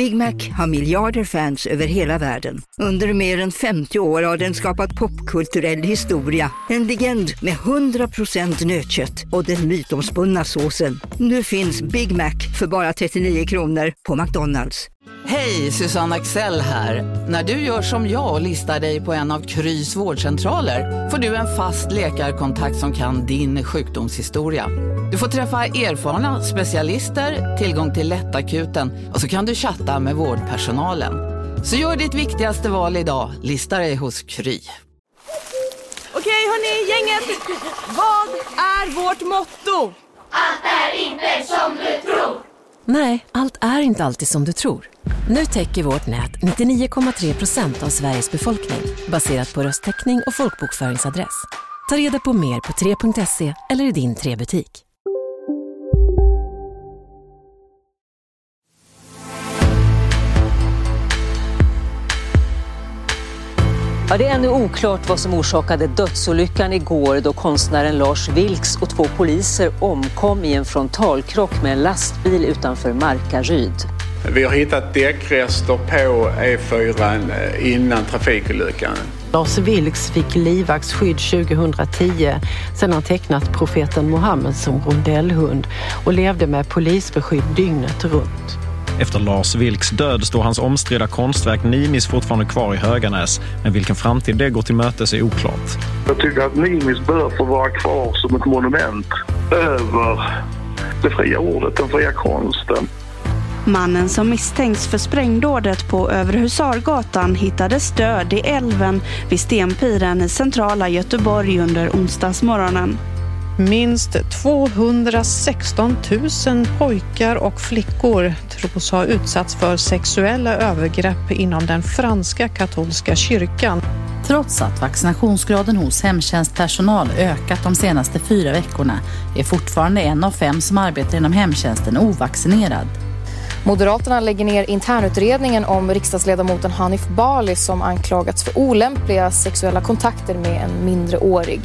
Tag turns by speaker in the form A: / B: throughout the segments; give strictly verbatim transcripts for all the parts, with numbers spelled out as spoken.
A: Big Mac har miljarder fans över hela världen. Under mer än femtio år har den skapat popkulturell historia. En legend med hundra procent nötkött och den mytomspunna såsen. Nu finns Big Mac för bara trettionio kronor på McDonald's.
B: Hej, Susanne Axel här. När du gör som jag och listar dig på en av Krys vårdcentraler får du en fast läkarkontakt som kan din sjukdomshistoria. Du får träffa erfarna specialister, tillgång till lättakuten och så kan du chatta med vårdpersonalen. Så gör ditt viktigaste val idag, lista dig hos Kry.
C: Okej hörni, gänget, vad är vårt motto?
D: Allt är inte som du tror.
E: Nej, allt är inte alltid som du tror. Nu täcker vårt nät nittionio komma tre procent av Sveriges befolkning baserat på röstteckning och folkbokföringsadress. Ta reda på mer på tre punkt se eller i din tre-butik.
F: Ja, det är ännu oklart vad som orsakade dödsolyckan igår då konstnären Lars Vilks och två poliser omkom i en frontalkrock med en lastbil utanför Markaryd.
G: Vi har hittat däckrester på E fyra innan trafikolyckan.
H: Lars Vilks fick livvaktsskydd tjugohundratio sedan han tecknat profeten Mohammed som rondellhund och levde med polisbeskydd dygnet runt.
I: Efter Lars Vilks död står hans omstridda konstverk Nimis fortfarande kvar i Höganäs, men vilken framtid det går till mötes är oklart.
J: Jag tycker att Nimis bör få vara kvar som ett monument över det fria ordet, den fria konsten.
K: Mannen som misstänks för sprängdådet på Överhusargatan hittades död i älven vid Stenpiren i centrala Göteborg under onsdagsmorgonen.
L: Minst tvåhundrasexton tusen pojkar och flickor tros ha utsatts för sexuella övergrepp inom den franska katolska kyrkan.
M: Trots att vaccinationsgraden hos hemtjänstpersonal ökat de senaste fyra veckorna är fortfarande en av fem som arbetar inom hemtjänsten ovaccinerad.
N: Moderaterna lägger ner internutredningen om riksdagsledamoten Hanif Bali som anklagats för olämpliga sexuella kontakter med en mindreårig.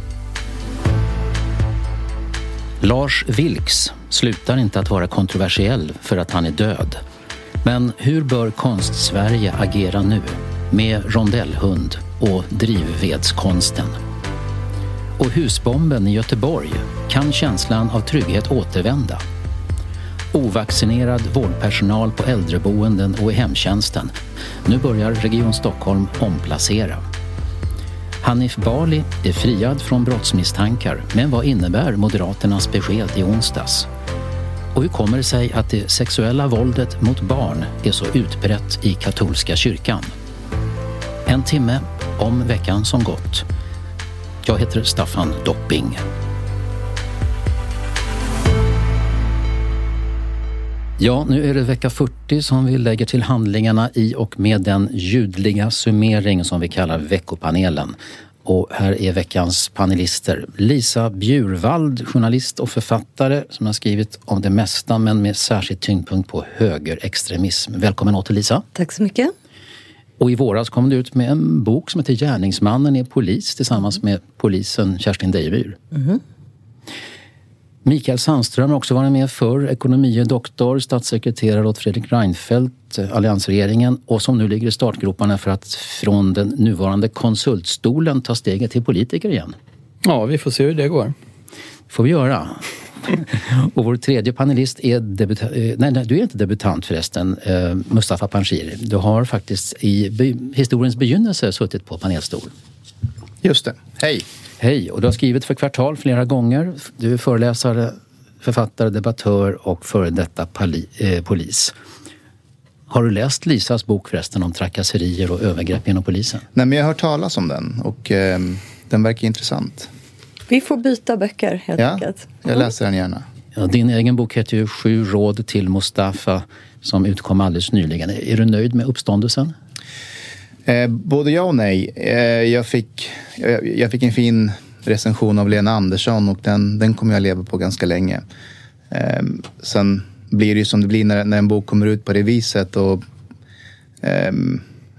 O: Lars Vilks slutar inte att vara kontroversiell för att han är död. Men hur bör Konst-Sverige agera nu med rondellhund och drivvedskonsten? Och husbomben i Göteborg, kan känslan av trygghet återvända? Ovaccinerad vårdpersonal på äldreboenden och i hemtjänsten. Nu börjar Region Stockholm omplacera. Hanif Bali är friad från brottsmisstankar, men vad innebär Moderaternas besked i onsdags? Och hur kommer det sig att det sexuella våldet mot barn är så utbrett i katolska kyrkan? En timme om veckan som gått. Jag heter Staffan Dopping. Ja, nu är det vecka fyrtio som vi lägger till handlingarna i och med den ljudliga summering som vi kallar veckopanelen. Och här är veckans panelister. Lisa Bjurvald, journalist och författare som har skrivit om det mesta men med särskild tyngdpunkt på högerextremism. Välkommen åter Lisa.
P: Tack så mycket.
O: Och i våras kom du ut med en bok som heter Gärningsmannen är polis tillsammans med polisen Kerstin Dejebyr. Mm. Mikael Sandström har också varit med för ekonomie doktor, statssekreterare åt Fredrik Reinfeldt, alliansregeringen, och som nu ligger i startgroparna för att från den nuvarande konsultstolen ta steget till politiker igen.
Q: Ja, vi får se hur det går.
O: Får vi göra. Och vår tredje panelist är debutant, nej, nej du är inte debutant förresten, eh, Mustafa Panshiri. Du har faktiskt i be- historiens begynnelse suttit på panelstol.
Q: Just det, hej.
O: Hej, och du har skrivit för Kvartal flera gånger. Du är föreläsare, författare, debattör och före detta pali, eh, polis. Har du läst Lisas bok förresten om trakasserier och övergrepp inom polisen?
Q: Nej, men jag har hört talas om den och eh, den verkar intressant.
P: Vi får byta böcker helt
Q: ja,
P: enkelt.
Q: Ja, jag läser den gärna.
O: Ja, din egen bok heter ju Sju råd till Mustafa som utkom alldeles nyligen. Är du nöjd med uppståndelsen?
Q: Eh, både ja och nej. Eh, jag, fick, jag, jag fick en fin recension av Lena Andersson och den, den kommer jag leva på ganska länge. Eh, sen blir det ju som det blir när, när en bok kommer ut på det viset och eh,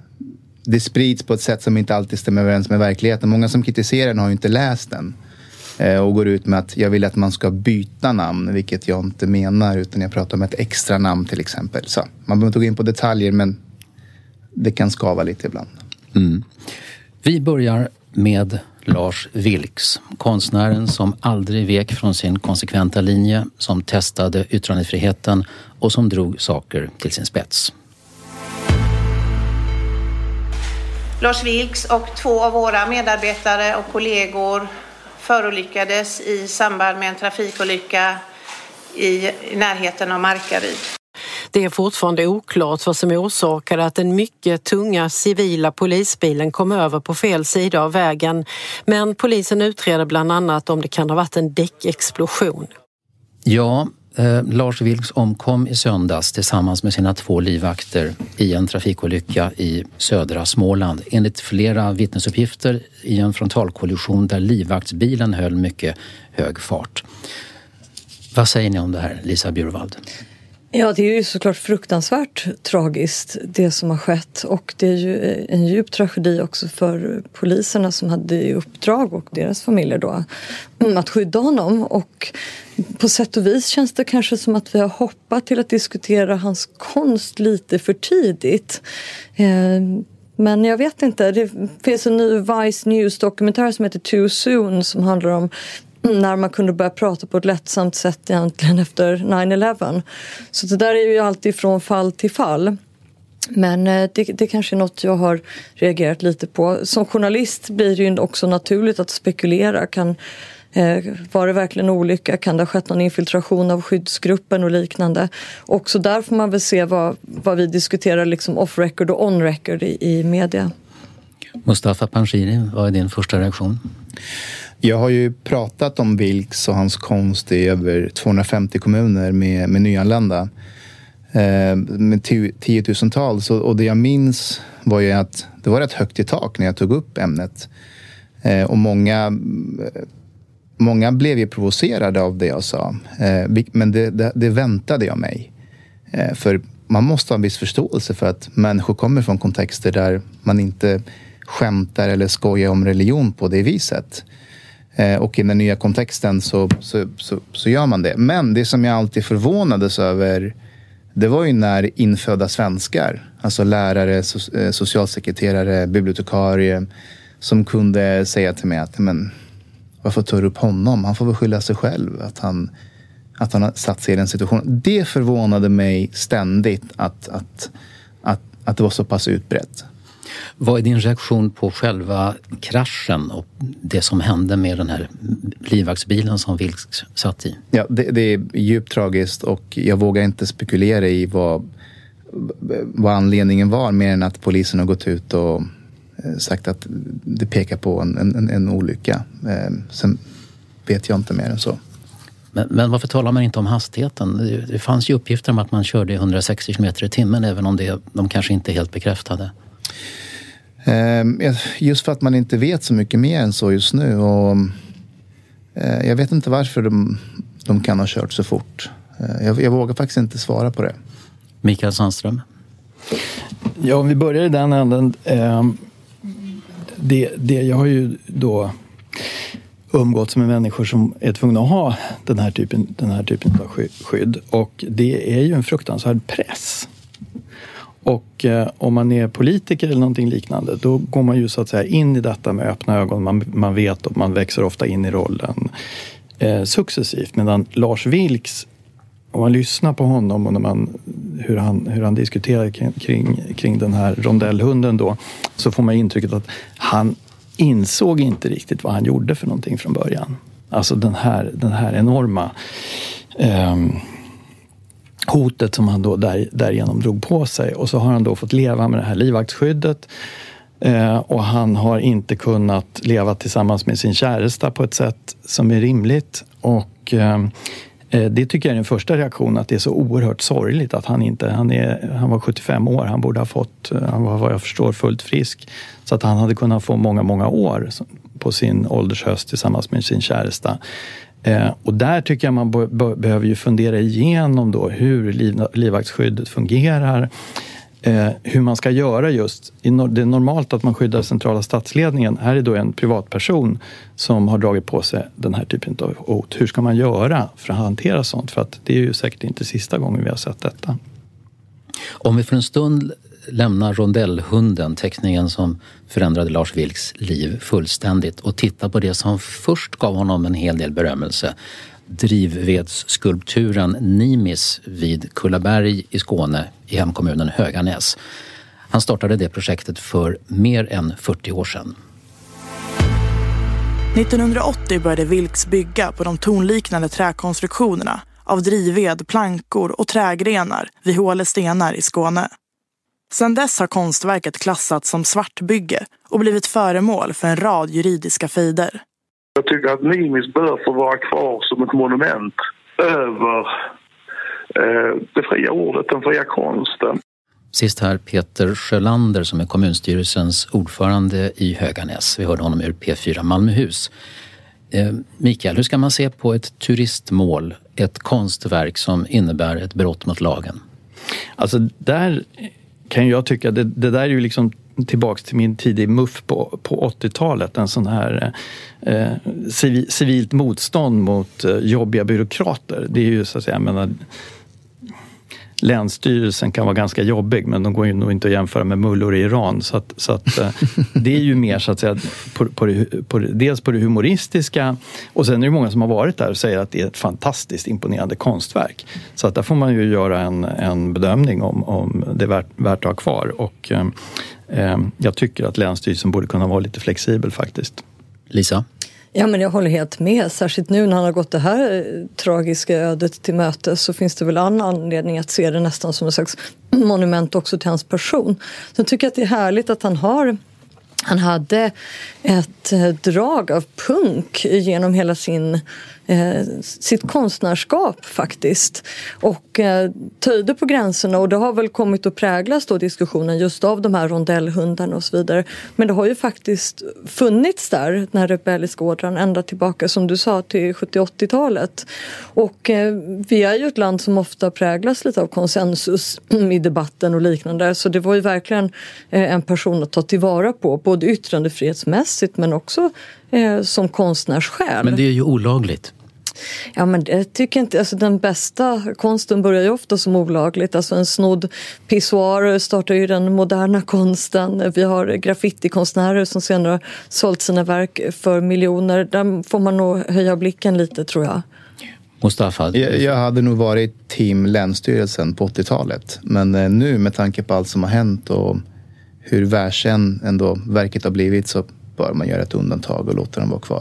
Q: det sprids på ett sätt som inte alltid stämmer överens med verkligheten. Många som kritiserar den har ju inte läst den. Och går ut med att jag vill att man ska byta namn, vilket jag inte menar, utan jag pratar om ett extra namn till exempel. Så man behöver inte gå in på detaljer, men det kan skava lite ibland.
O: Mm. Vi börjar med Lars Vilks, konstnären som aldrig vek från sin konsekventa linje, som testade yttrandefriheten och som drog saker till sin spets.
R: Lars Vilks och två av våra medarbetare och kollegor förolyckades i samband med en trafikolycka i närheten av Markaryd.
H: Det är fortfarande oklart vad som orsakade att den mycket tunga civila polisbilen kom över på fel sida av vägen. Men polisen utreder bland annat om det kan ha varit en däckexplosion.
O: Ja, eh, Lars Vilks omkom i söndags tillsammans med sina två livvakter i en trafikolycka i södra Småland. Enligt flera vittnesuppgifter i en frontalkollision där livvaktsbilen höll mycket hög fart. Vad säger ni om det här, Lisa Bjurvald?
P: Ja, det är ju såklart fruktansvärt tragiskt det som har skett, och det är ju en djup tragedi också för poliserna som hade i uppdrag och deras familjer då att skydda honom. Och på sätt och vis känns det kanske som att vi har hoppat till att diskutera hans konst lite för tidigt. Men jag vet inte, det finns en ny Vice News-dokumentär som heter Too Soon som handlar om när man kunde börja prata på ett lättsamt sätt egentligen efter nine eleven. Så det där är ju alltid från fall till fall. Men det, det kanske är något jag har reagerat lite på. Som journalist blir det ju också naturligt att spekulera. Kan, eh, var det verkligen olycka? Kan det ha skett någon infiltration av skyddsgruppen och liknande? Också där får man väl se vad, vad vi diskuterar liksom off record och on record i, i media.
O: Mustafa Panshiri, vad är din första reaktion?
Q: Jag har ju pratat om Vilks och hans konst i över tvåhundrafemtio kommuner med, med nyanlända. Eh, med tiotusentals. Och, och det jag minns var ju att det var rätt högt i tak när jag tog upp ämnet. Eh, och många, många blev ju provocerade av det jag sa. Eh, men det, det, det väntade jag mig. Eh, för man måste ha en viss förståelse för att människor kommer från kontexter där man inte skämtar eller skojar om religion på det viset. Och i den nya kontexten så, så, så, så gör man det. Men det som jag alltid förvånades över, det var ju när infödda svenskar, alltså lärare, socialsekreterare, bibliotekarie, som kunde säga till mig att men, varför tar du upp honom? Han får väl skylla sig själv att han, att han har satt sig i den situationen. Det förvånade mig ständigt att, att, att, att det var så pass utbrett.
O: Vad är din reaktion på själva kraschen och det som hände med den här livvaktsbilen som Vilks satt i?
Q: Ja, det, det är djupt tragiskt och jag vågar inte spekulera i vad, vad anledningen var, mer än att polisen har gått ut och sagt att det pekar på en, en, en olycka. Sen vet jag inte mer än så.
O: Men, men varför talar man inte om hastigheten? Det, det fanns ju uppgifter om att man körde hundrasextio kilometer i timmen, även om det, de kanske inte är helt bekräftade.
Q: Just för att man inte vet så mycket mer än så just nu. Och jag vet inte varför de, de kan ha kört så fort. Jag, jag vågar faktiskt inte svara på det.
O: Mikael Sandström?
S: Ja, om vi börjar i den änden. Det, det, jag har ju då umgåtts med människor som är tvungna att ha den här typen, den här typen av skydd. Och det är ju en fruktansvärd press. Och eh, om man är politiker eller någonting liknande, då går man ju så att säga in i detta med öppna ögon. Man, man vet och man växer ofta in i rollen eh, successivt. Medan Lars Vilks, om man lyssnar på honom och när man, hur, han, hur han diskuterar kring, kring, kring den här rondellhunden då, så får man intrycket att han insåg inte riktigt vad han gjorde för någonting från början. Alltså den här, den här enorma Eh, hotet som han då där, därigenom drog på sig. Och så har han då fått leva med det här livvaktsskyddet. Eh, och han har inte kunnat leva tillsammans med sin käresta på ett sätt som är rimligt. Och eh, det tycker jag är den första reaktionen, att det är så oerhört sorgligt att han inte, han, är, han var sjuttiofem år, han borde ha fått, han var vad jag förstår fullt frisk. Så att han hade kunnat få många, många år på sin åldershöst tillsammans med sin käresta. Eh, och där tycker jag man be- be- behöver ju fundera igenom då hur liv- livvaktsskyddet fungerar. eh, hur man ska göra just. Det är normalt att man skyddar centrala statsledningen. Här är då en privatperson som har dragit på sig den här typen av hot. Hur ska man göra för att hantera sånt? För att det är ju säkert inte sista gången vi har sett detta.
O: Om vi för en stund lämnar rondellhunden, teckningen som förändrade Lars Vilks liv fullständigt, och tittar på det som först gav honom en hel del berömmelse. Drivvedsskulpturen Nimis vid Kullaberg i Skåne i hemkommunen Höganäs. Han startade det projektet för mer än fyrtio år sedan.
T: nittonhundraåttio började Vilks bygga på de tornliknande träkonstruktionerna av drivved, plankor och trägrenar vid Håle stenar i Skåne. Sedan dess har konstverket klassats som svartbygge och blivit föremål för en rad juridiska fejder.
J: Jag tycker att Nimis bör få vara kvar som ett monument över eh, det fria ordet, den fria konsten.
O: Sist här Peter Sjölander som är kommunstyrelsens ordförande i Höganäs. Vi hörde honom ur P fyra Malmöhus. Eh, Mikael, hur ska man se på ett turistmål, ett konstverk som innebär ett brott mot lagen?
S: Alltså där kan jag tycka, det, det där är ju liksom tillbaks till min tid i M U F på, på åttiotalet. En sån här eh, civil, civilt motstånd mot eh, jobbiga byråkrater. Det är ju så att säga, jag menar, Länsstyrelsen kan vara ganska jobbig, men de går ju nog inte att jämföra med mullor i Iran. Så att, så att det är ju mer så att säga på, på det, på det, dels på det humoristiska, och sen är det många som har varit där och säger att det är ett fantastiskt imponerande konstverk. Så att där får man ju göra en, en bedömning om, om det är värt, värt att ha kvar. Och eh, jag tycker att Länsstyrelsen borde kunna vara lite flexibel faktiskt.
O: Lisa?
P: Ja, men jag håller helt med. Särskilt nu när han har gått det här tragiska ödet till möte, så finns det väl annan anledning att se det nästan som en slags monument också till hans person. Så jag tycker att det är härligt att han har Han hade ett drag av punk genom hela sin, eh, sitt konstnärskap faktiskt. Och eh, töjde på gränserna, och det har väl kommit att präglas då diskussionen just av de här rondellhundarna och så vidare. Men det har ju faktiskt funnits där, den här rebelliska ådran, ända tillbaka som du sa till sjuttio-åttiotalet. Och eh, vi är ju ett land som ofta präglas lite av konsensus i debatten och liknande. Så det var ju verkligen eh, en person att ta tillvara på, både yttrandefrihetsmässigt men också eh, som konstnärssjäl.
O: Men det är ju olagligt.
P: Ja, men det tycker jag inte. Alltså, den bästa konsten börjar ju ofta som olagligt. Alltså en snodd pissoir startar ju den moderna konsten. Vi har graffitikonstnärer som senare har sålt sina verk för miljoner. Där får man nog höja blicken lite, tror jag.
O: Mustafa?
Q: Jag, jag hade nog varit team Länsstyrelsen på åttiotalet. Men eh, nu med tanke på allt som har hänt och hur världen ändå verket har blivit, så bör man göra ett undantag och låta den vara kvar.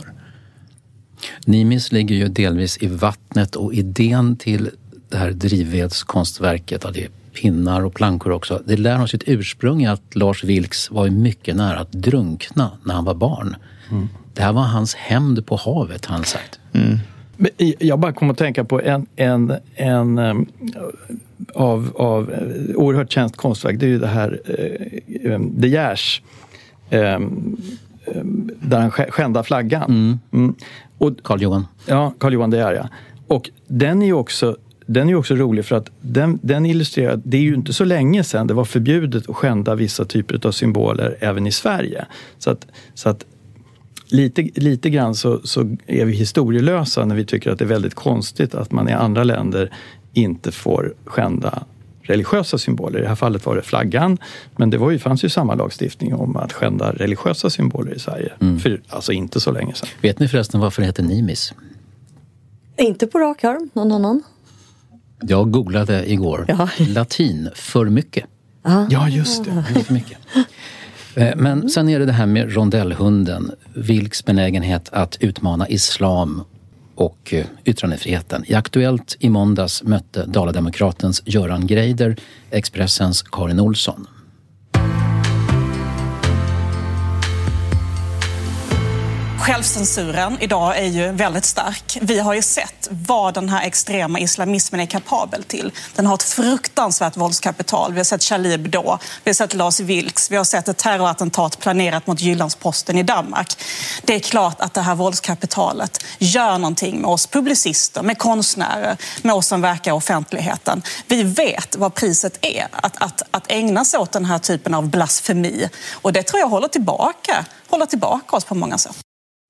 O: Nimis ligger ju delvis i vattnet, och idén till det här drivvedskonstverket, ja, det är pinnar och plankor också, det lär ha sitt ursprung i att Lars Vilks var mycket nära att drunkna när han var barn. Mm. Det här var hans hämnd på havet, har han sagt. Mm.
S: Jag bara kommer att tänka på en, en, en um, av, av oerhört känt konstverk. Det är ju det här uh, De Geers um, där han skändar flaggan.
O: Mm. Mm. Och Karl Johan.
S: Ja, Karl Johan De Geer, ja. Och den är ju också, den är också rolig för att den, den illustrerar, det är ju inte så länge sedan det var förbjudet att skända vissa typer av symboler även i Sverige. Så att, så att Lite, lite grann så, så är vi historielösa när vi tycker att det är väldigt konstigt att man i andra länder inte får skända religiösa symboler. I det här fallet var det flaggan, men det var ju, fanns ju samma lagstiftning om att skända religiösa symboler i Sverige. Mm. För alltså inte så länge sedan.
O: Vet ni förresten varför det heter Nimis?
P: Inte på rak arm, någon annan?
O: Jag googlade igår. Ja. Latin, för mycket.
P: Aha.
S: Ja, just det.
O: För mycket. Men sen är det det här med rondellhunden, Vilks benägenhet att utmana islam och yttrandefriheten. I Aktuellt i måndags mötte Dalademokratens Göran Greider Expressens Karin
U: Självcensuren idag är ju väldigt stark. Vi har ju sett vad den här extrema islamismen är kapabel till. Den har ett fruktansvärt våldskapital. Vi har sett Charlie Hebdo, vi har sett Lars Vilks, vi har sett ett terrorattentat planerat mot Jyllandsposten i Danmark. Det är klart att det här våldskapitalet gör någonting med oss publicister, med konstnärer, med oss som verkar i offentligheten. Vi vet vad priset är att, att, att ägna sig åt den här typen av blasfemi. Och det tror jag håller tillbaka, håller tillbaka oss på många sätt.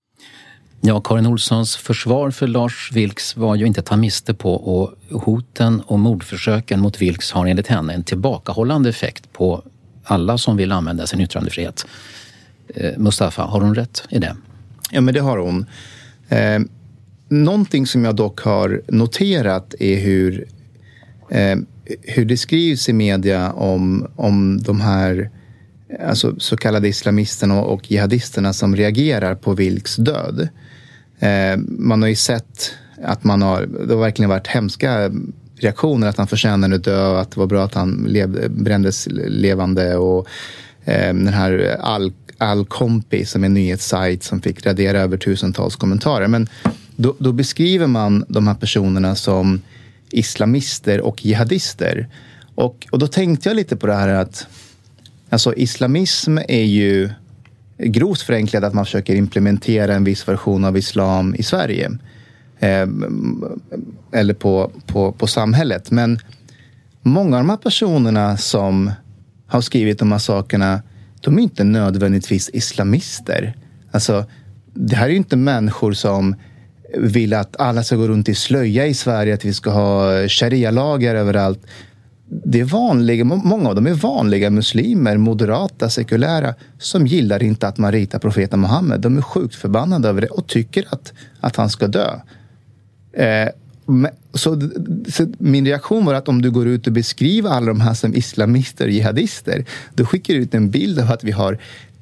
O: Ja, Karin Olssons försvar för Lars Vilks var ju inte att ta miste på, och hoten och mordförsöken mot Vilks har enligt henne en tillbakahållande effekt på alla som vill använda sin yttrandefrihet. Eh, Mustafa, har hon rätt i det?
Q: Ja, men det har hon. Eh, någonting som jag dock har noterat är hur, eh, hur det skrivs i media om, om de här alltså så kallade islamisterna och jihadisterna som reagerar på Vilks död. Eh, man har ju sett att man har, det har verkligen varit hemska reaktioner, att han förtjänade att dö och att det var bra att han lev, brändes levande, och eh, den här Al, Al-Kompi som är en nyhetssajt som fick radera över tusentals kommentarer. Men då, då beskriver man de här personerna som islamister och jihadister. Och, och då tänkte jag lite på det här att alltså islamism är ju grovt förenklat att man försöker implementera en viss version av islam i Sverige. Eh, eller på, på, på samhället. Men många av de här personerna som har skrivit de här sakerna, de är inte nödvändigtvis islamister. Alltså, det här är ju inte människor som vill att alla ska gå runt i slöja i Sverige, att vi ska ha sharia-lagar överallt. Det är vanliga, många av dem är vanliga muslimer, moderata, sekulära, som gillar inte att man ritar profeten Muhammed. De är sjukt förbannade över det och tycker att, att han ska dö. Eh, så, så min reaktion var att om du går ut och beskriver alla de här som islamister och jihadister, då skickar du ut en bild av att vi har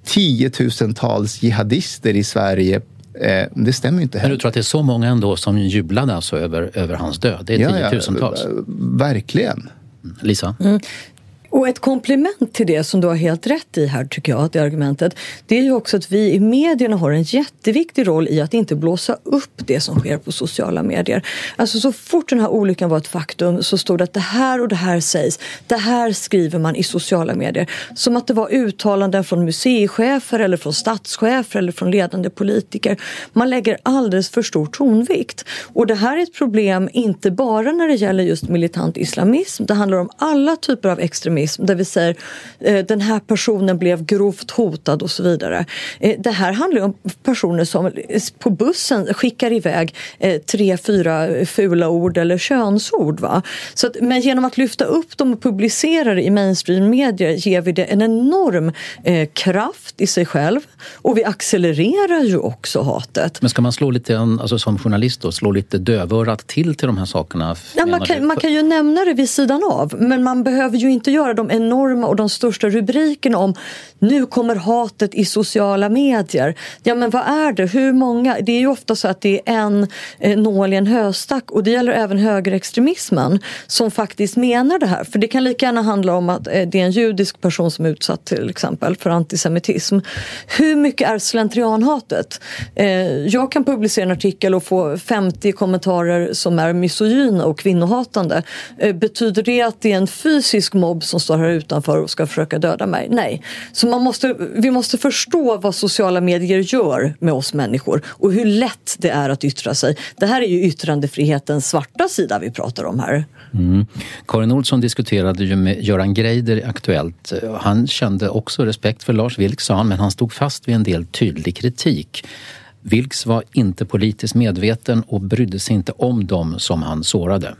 Q: tiotusentals jihadister i Sverige. Eh, det stämmer inte heller.
O: Men du tror att det är så många ändå som jublade alltså över, över hans död? Det är ja, tiotusentals.
Q: Ja, verkligen.
O: Lisa?
P: Mm. Och ett komplement till det som du har helt rätt i här, tycker jag, det argumentet, det är ju också att vi i medierna har en jätteviktig roll i att inte blåsa upp det som sker på sociala medier. Alltså så fort den här olyckan var ett faktum så stod det att det här och det här sägs, det här skriver man i sociala medier. Som att det var uttalanden från museichefer eller från statschefer eller från ledande politiker. Man lägger alldeles för stor tonvikt. Och det här är ett problem inte bara när det gäller just militant islamism. Det handlar om alla typer av extremism, där vi säger eh, den här personen blev grovt hotad och så vidare. Eh, det här handlar om personer som på bussen skickar iväg eh, tre, fyra fula ord eller könsord. Va? Så att, men genom att lyfta upp dem och publicera det i mainstream-medier ger vi det en enorm eh, kraft i sig själv, och vi accelererar ju också hatet.
O: Men ska man slå lite, alltså som journalist då, slå lite dövörat till till de här sakerna?
P: Ja, man, kan, man kan ju nämna det vid sidan av, men man behöver ju inte göra de enorma och de största rubrikerna om nu kommer hatet i sociala medier. Ja, men vad är det? Hur många? Det är ju ofta så att det är en eh, nål i en höstack, och det gäller även högerextremismen som faktiskt menar det här. För det kan lika gärna handla om att eh, det är en judisk person som är utsatt till exempel för antisemitism. Hur mycket är slentrianhatet? Eh, jag kan publicera en artikel och få femtio kommentarer som är misogyna och kvinnohatande. Eh, betyder det att det är en fysisk mobb som står här utanför och ska försöka döda mig? Nej. Så man måste, vi måste förstå vad sociala medier gör med oss människor och hur lätt det är att yttra sig. Det här är ju yttrandefrihetens svarta sida vi pratar om här.
O: Mm. Karin Olsson diskuterade ju med Göran Greider i Aktuellt. Han kände också respekt för Lars Vilks, sa han, men han stod fast vid en del tydlig kritik. Vilks var inte politiskt medveten och brydde sig inte om dem som han sårade.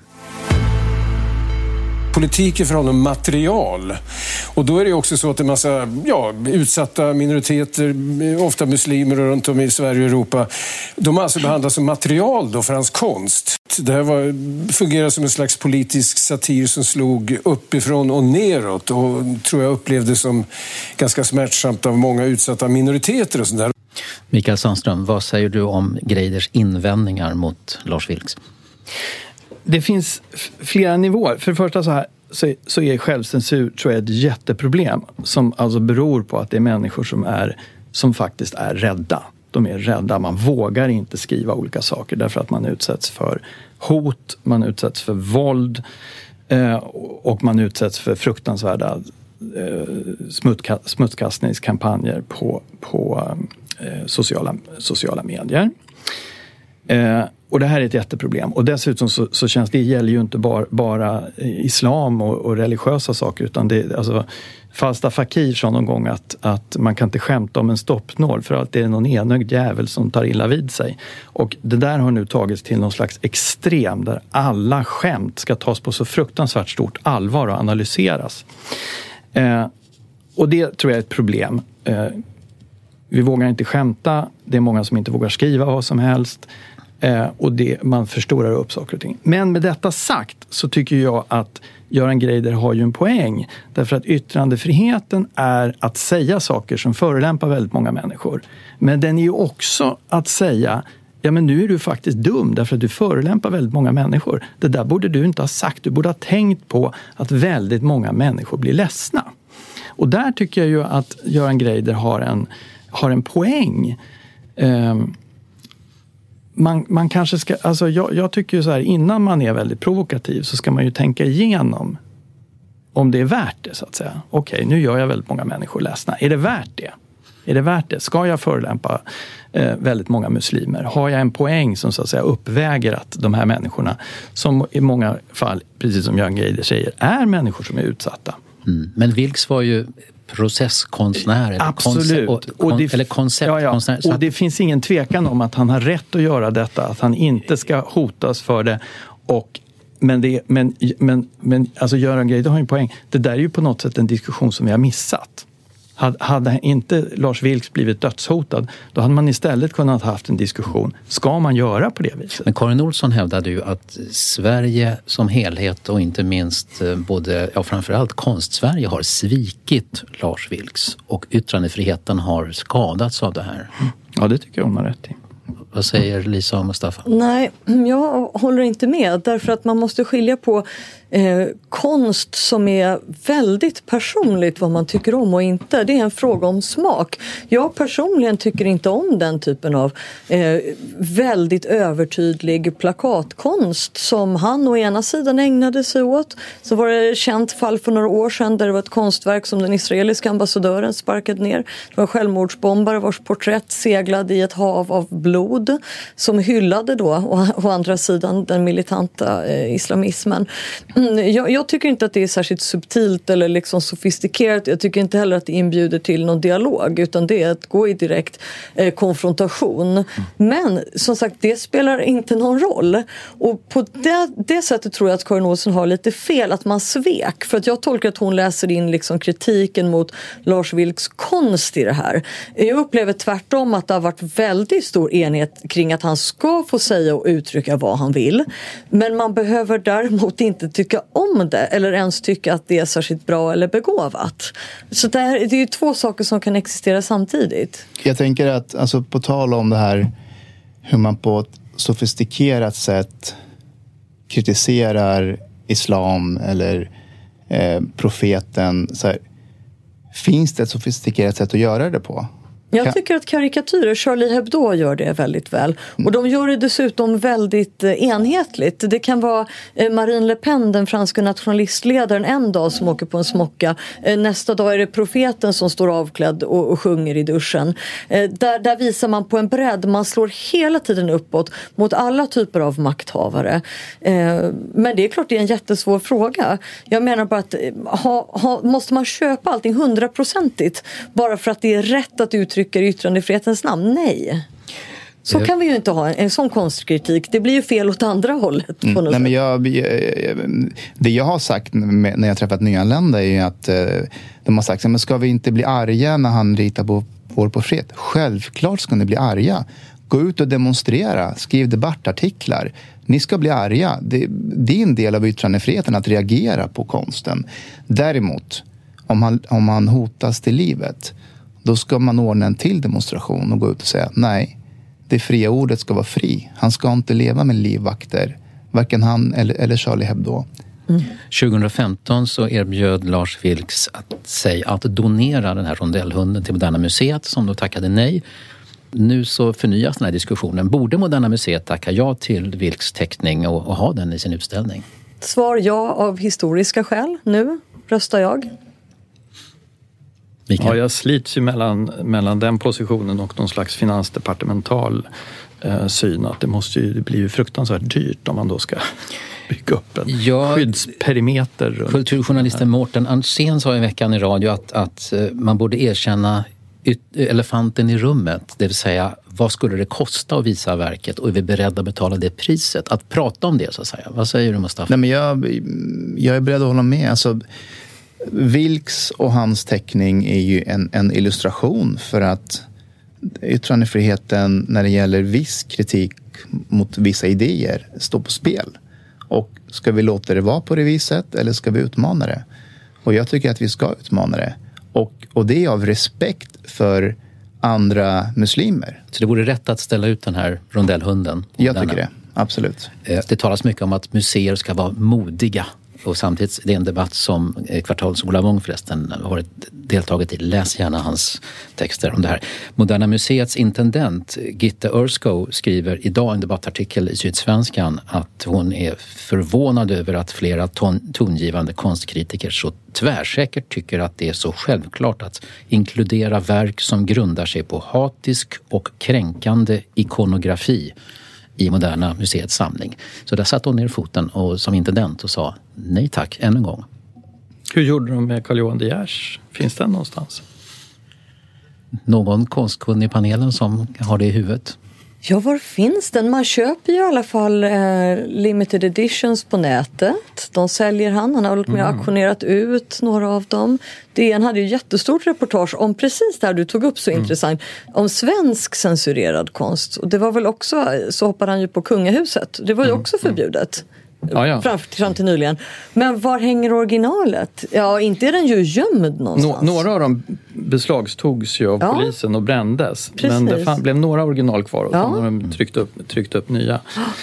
V: Politik är för honom material. Och då är det också så att en massa ja, utsatta minoriteter, ofta muslimer runt om i Sverige och Europa, de alltså behandlas som material då för hans konst. Det här var, fungerar som en slags politisk satir som slog uppifrån och neråt, och tror jag upplevde som ganska smärtsamt av många utsatta minoriteter och sånt där.
O: Mikael Sandström, vad säger du om Greiders invändningar mot Lars Vilks?
S: Det finns flera nivåer. För det första så, här, så, så är självcensur, tror jag, ett jätteproblem som alltså beror på att det är människor som, är, som faktiskt är rädda. de är rädda. Man vågar inte skriva olika saker därför att man utsätts för hot, man utsätts för våld eh, och man utsätts för fruktansvärda eh, smutska, smutskastningskampanjer på, på eh, sociala, sociala medier. Eh, och det här är ett jätteproblem. Och dessutom så, så känns det gäller ju inte bara, bara islam och, och religiösa saker, utan det, alltså, Falstaff Fakir sa någon gång att, att man kan inte skämta om en stoppnål för att det är någon enögd jävel som tar illa vid sig. Och det där har nu tagits till någon slags extrem där alla skämt ska tas på så fruktansvärt stort allvar och analyseras. Eh, och det tror jag är ett problem. Eh, vi vågar inte skämta, det är många som inte vågar skriva vad som helst. Eh, och det, man förstorar upp saker och ting. Men med detta sagt så tycker jag att Göran Greider har ju en poäng. Därför att yttrandefriheten är att säga saker som förolämpar väldigt många människor. Men den är ju också att säga, ja men nu är du faktiskt dum därför att du förolämpar väldigt många människor. Det där borde du inte ha sagt. Du borde ha tänkt på att väldigt många människor blir ledsna. Och där tycker jag ju att Göran Greider har en, har en poäng. Um, Man, man kanske ska, alltså jag, jag tycker ju så här, innan man är väldigt provokativ så ska man ju tänka igenom om det är värt det, så att säga. Okej, nu gör jag väldigt många människor ledsna. Är det värt det? Är det värt det? Ska jag förolämpa eh, väldigt många muslimer? Har jag en poäng som så att säga uppväger att de här människorna, som i många fall, precis som Göran Greider säger, är människor som är utsatta?
O: Mm. Men Vilks var ju processkonstnär eller,
S: Absolut.
O: Konce- och, kon-
S: det,
O: eller konceptkonstnär.
S: Ja, ja. Och det finns ingen tvekan om att han har rätt att göra detta, att han inte ska hotas för det. Och, men, det men, men, men alltså Göran Greider har ju en poäng. Det där är ju på något sätt en diskussion som vi har missat. Hade, hade inte Lars Vilks blivit dödshotad, då hade man istället kunnat haft en diskussion. Ska man göra på det viset?
O: Men Karin Olsson hävdade ju att Sverige som helhet och inte minst både, ja framförallt Konst-Sverige har svikit Lars Vilks och yttrandefriheten har skadats av det här.
S: Ja, det tycker jag hon har rätt i.
O: Vad säger Lisa och Mustafa?
P: Nej, jag håller inte med. Därför att man måste skilja på eh, konst som är väldigt personligt vad man tycker om och inte. Det är en fråga om smak. Jag personligen tycker inte om den typen av eh, väldigt övertydlig plakatkonst som han å ena sidan ägnade sig åt. Så var det ett känt fall för några år sedan där det var ett konstverk som den israeliska ambassadören sparkade ner. Det var en självmordsbombare vars porträtt seglade i ett hav av blod som hyllade då å, å andra sidan den militanta eh, islamismen. Mm, jag, jag tycker inte att det är särskilt subtilt eller liksom sofistikerat. Jag tycker inte heller att det inbjuder till någon dialog, utan det är att gå i direkt eh, konfrontation. Mm. Men som sagt, det spelar inte någon roll. Och på det, det sättet tror jag att Karin Olsson har lite fel, att man svek. För att jag tolkar att hon läser in liksom kritiken mot Lars Vilks konst i det här. Jag upplever tvärtom att det har varit väldigt stor enighet kring att han ska få säga och uttrycka vad han vill. Men man behöver däremot inte tycka om det eller ens tycka att det är särskilt bra eller begåvat. Så det, här, det är ju två saker som kan existera samtidigt.
Q: Jag tänker att, alltså, på tal om det här hur man på ett sofistikerat sätt kritiserar islam eller eh, profeten, så här, finns det ett sofistikerat sätt att göra det på?
P: Jag tycker att karikatyrer, Charlie Hebdo gör det väldigt väl. Och de gör det dessutom väldigt enhetligt. Det kan vara Marine Le Pen, den franska nationalistledaren, en dag som åker på en smocka. Nästa dag är det profeten som står avklädd och, och sjunger i duschen. Där, där visar man på en bredd. Man slår hela tiden uppåt mot alla typer av makthavare. Men det är klart det är en jättesvår fråga. Jag menar bara att ha, ha, måste man köpa allting hundraprocentigt bara för att det är rätt att uttrycka i yttrandefrihetens namn? Nej. Så kan vi ju inte ha en, en sån konstkritik. Det blir ju fel åt andra hållet. På något
Q: mm, nej, men jag, jag, det jag har sagt med, när jag träffat nyanlända är ju att eh, de har sagt, men ska vi inte bli arga när han ritar på vår porträtt? Självklart ska ni bli arga. Gå ut och demonstrera. Skriv debattartiklar. Ni ska bli arga. Det, det är en del av yttrandefriheten att reagera på konsten. Däremot, om han, om han hotas till livet, då ska man ordna en till demonstration och gå ut och säga nej, det fria ordet ska vara fri. Han ska inte leva med livvakter, varken han eller, eller Charlie Hebdo.
O: Mm. tjugohundrafemton så erbjöd Lars Vilks att, sig att donera den här rondellhunden till Moderna Museet, som då tackade nej. nu så förnyas den här diskussionen. Borde Moderna Museet tacka ja till Vilks teckning och, och ha den i sin utställning?
P: Svar ja av historiska skäl. Nu röstar jag.
S: Ja, jag slits ju mellan, mellan den positionen och någon slags finansdepartemental eh, syn. Att det måste ju, det blir ju fruktansvärt dyrt om man då ska bygga upp en ja, skyddsperimeter. Runt.
O: Kulturjournalisten Mårten Arntzen sa i veckan i radio att, att man borde erkänna elefanten i rummet. Det vill säga, vad skulle det kosta att visa verket och är vi beredda att betala det priset? Att prata om det så att säga. Vad säger du, Mustafa?
Q: Nej, men jag, jag är beredd att hålla med. Alltså, Vilks och hans teckning är ju en, en illustration för att yttrandefriheten när det gäller viss kritik mot vissa idéer står på spel. Och ska vi låta det vara på det viset eller ska vi utmana det? Och jag tycker att vi ska utmana det. Och, och det är av respekt för andra muslimer.
O: Så det vore rätt att ställa ut den här rondellhunden?
Q: Jag tycker det, absolut.
O: Det talas mycket om att museer ska vara modiga. Och samtidigt, det är en debatt som Kvartals Ola Wång förresten har varit deltagit i. Läs gärna hans texter om det här. Moderna Museets intendent Gitte Örskow skriver idag en debattartikel i Sydsvenskan att hon är förvånad över att flera ton, tongivande konstkritiker så tvärsäkert tycker att det är så självklart att inkludera verk som grundar sig på hatisk och kränkande ikonografi i Moderna Museets samling. Så där satt hon ner foten och, som intendent och sa nej tack, än en gång.
S: Hur gjorde de med Carl Johan De Geers? Finns den någonstans?
O: Någon konstkunnig i panelen som har det i huvudet?
P: Ja, var finns den? Man köper ju i alla fall eh, limited editions på nätet. De säljer han. Han har hållit med och mm. auktionerat ut några av dem. D N hade ju jättestort reportage om precis det här du tog upp så mm. intressant. Om svensk censurerad konst. Och det var väl också, så hoppade han ju på kungahuset. Det var ju mm. också förbjudet.
S: Ja, ja.
P: Fram, fram till nyligen. Men var hänger originalet? Ja, inte är den ju gömd någonstans.
S: Nå, några av dem beslagstogs ju av ja. polisen och brändes. Precis. Men det fan, blev några original kvar och ja. så har de tryckt upp, tryckt upp nya.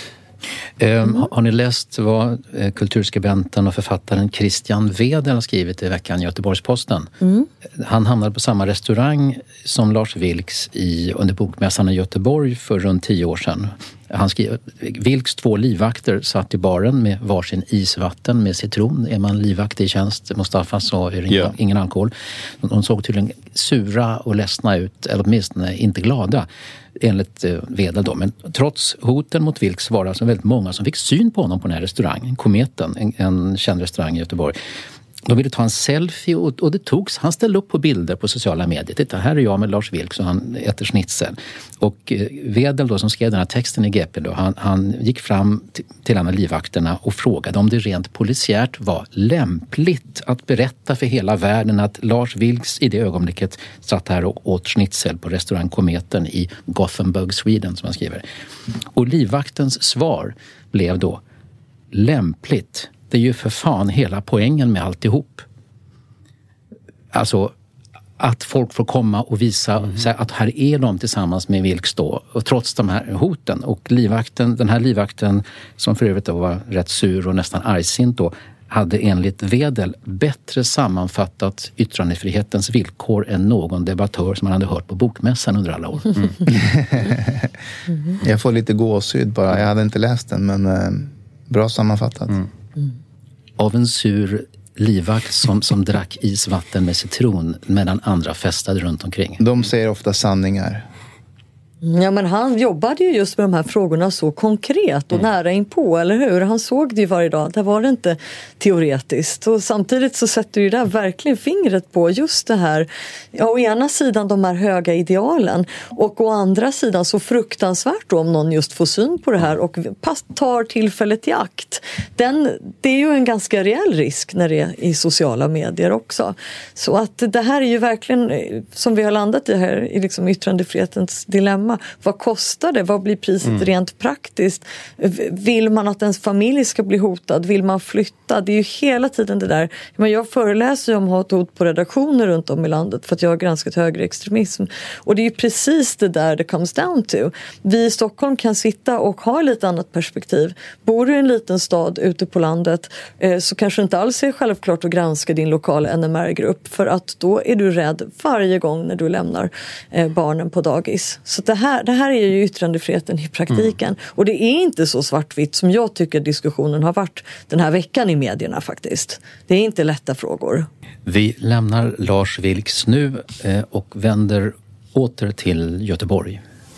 O: Mm. Um, har ni läst vad eh, kulturskribenten och författaren Christian Wedel har skrivit i veckan i Göteborgs-Posten? Mm. Han hamnade på samma restaurang som Lars Vilks i, under bokmässan i Göteborg för runt tio år sedan. Han skriver, Vilks två livvakter satt i baren med varsin isvatten med citron. Är man livvakt i tjänst, Mustafa, så är det ingen, yeah. ingen alkohol. De såg tydligen sura och ledsna ut, eller åtminstone inte glada, enligt eh, Wedel då. Men trots hoten mot Vilks var det alltså väldigt många som fick syn på honom på den här restaurangen, Kometen, en, en känd restaurang i Göteborg. De ville ta en selfie och, och det togs. Han ställde upp på bilder på sociala medier. Titta, här är jag med Lars Vilks och han äter schnitzel. Och eh, Wedel då, som skrev den här texten i G P då, han, han gick fram t- till en av livvakterna och frågade om det rent polisiärt var lämpligt att berätta för hela världen att Lars Vilks i det ögonblicket satt här och åt schnitzel på restaurang Kometen i Gothenburg, Sweden, som han skriver. Och livvaktens svar blev då lämpligt. Det är ju för fan hela poängen med alltihop. Alltså att folk får komma och visa mm. att här är de tillsammans med Vilks då. Och trots de här hoten. Och livvakten, den här livvakten som för övrigt då var rätt sur och nästan argsint då, hade enligt Wedel bättre sammanfattat yttrandefrihetens villkor än någon debattör som man hade hört på bokmässan under alla år. Mm.
Q: mm. Jag får lite gåshud bara. Jag hade inte läst den, men eh, bra sammanfattat. Mm.
O: Mm. Av en sur livvakt som, som drack isvatten med citron medan andra festade runt omkring.
Q: De säger ofta sanningar.
P: Ja, men han jobbade ju just med de här frågorna så konkret och mm. nära inpå, eller hur? Han såg det ju varje dag. Där var det inte teoretiskt. Och samtidigt så sätter ju där verkligen fingret på just det här. Ja, å ena sidan de här höga idealen och å andra sidan så fruktansvärt då om någon just får syn på det här och tar tillfället i akt. Den, det är ju en ganska reell risk när det är i sociala medier också. Så att det här är ju verkligen, som vi har landat i här, i liksom yttrandefrihetens dilemma. Vad kostar det? Vad blir priset mm. rent praktiskt? Vill man att ens familj ska bli hotad? Vill man flytta? Det är ju hela tiden det där. Men jag föreläser ju om hat och hot på redaktioner runt om i landet för att jag har granskat högerextremism. Och det är ju precis det där det comes down to. Vi i Stockholm kan sitta och ha lite annat perspektiv. Bor du i en liten stad ute på landet eh, så kanske inte alls är självklart att granska din lokala N M R-grupp för att då är du rädd varje gång när du lämnar eh, barnen på dagis. Så det här, det här är ju yttrandefriheten i praktiken. Mm. Och det är inte så svartvitt som jag tycker diskussionen har varit den här veckan i medierna faktiskt. Det är inte lätta frågor.
O: Vi lämnar Lars Vilks nu och vänder åter till Göteborg.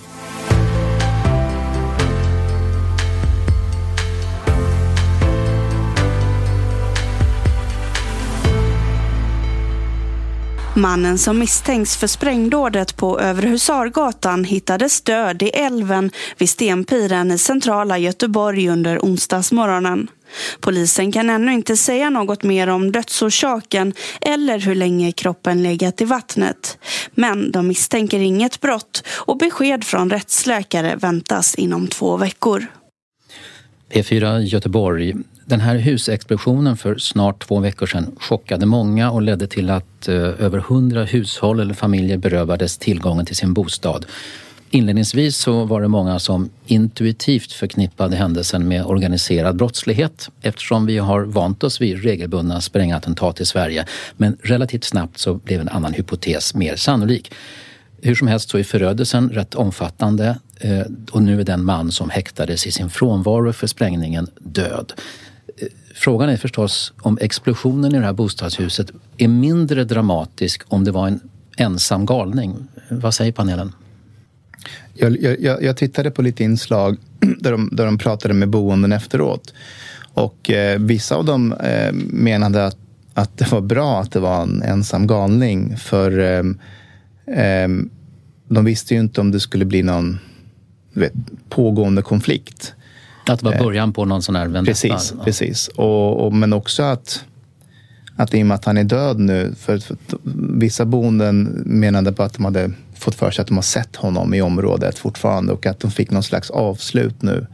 K: Mannen som misstänks för sprängdådet på Överhusargatan hittades död i älven vid Stenpiren i centrala Göteborg under onsdagsmorgonen. Polisen kan ännu inte säga något mer om dödsorsaken eller hur länge kroppen legat i vattnet. Men de misstänker inget brott och besked från rättsläkare väntas inom två veckor.
O: P fyra Göteborg. Den här husexplosionen för snart två veckor sedan chockade många och ledde till att eh, över hundra hushåll eller familjer berövades tillgången till sin bostad. Inledningsvis så var det många som intuitivt förknippade händelsen med organiserad brottslighet eftersom vi har vant oss vid regelbundna sprängattentat i Sverige. Men relativt snabbt så blev en annan hypotes mer sannolik. Hur som helst så är förödelsen rätt omfattande eh, och nu är den man som häktades i sin frånvaro för sprängningen död. Frågan är förstås om explosionen i det här bostadshuset är mindre dramatisk om det var en ensam galning. Vad säger panelen?
Q: Jag, jag, jag tittade på lite inslag där de, där de pratade med boenden efteråt. Och eh, vissa av dem eh, menade att, att det var bra att det var en ensam galning. För eh, eh, de visste ju inte om det skulle bli någon du vet, pågående konflikt.
O: Att det var början på någon sån här vendetta.
Q: Precis, precis. Och, och, men också att, att i och med att han är död nu, för, för vissa boenden menade på att de hade fått för sig att de har sett honom i området fortfarande och att de fick någon slags avslut nu.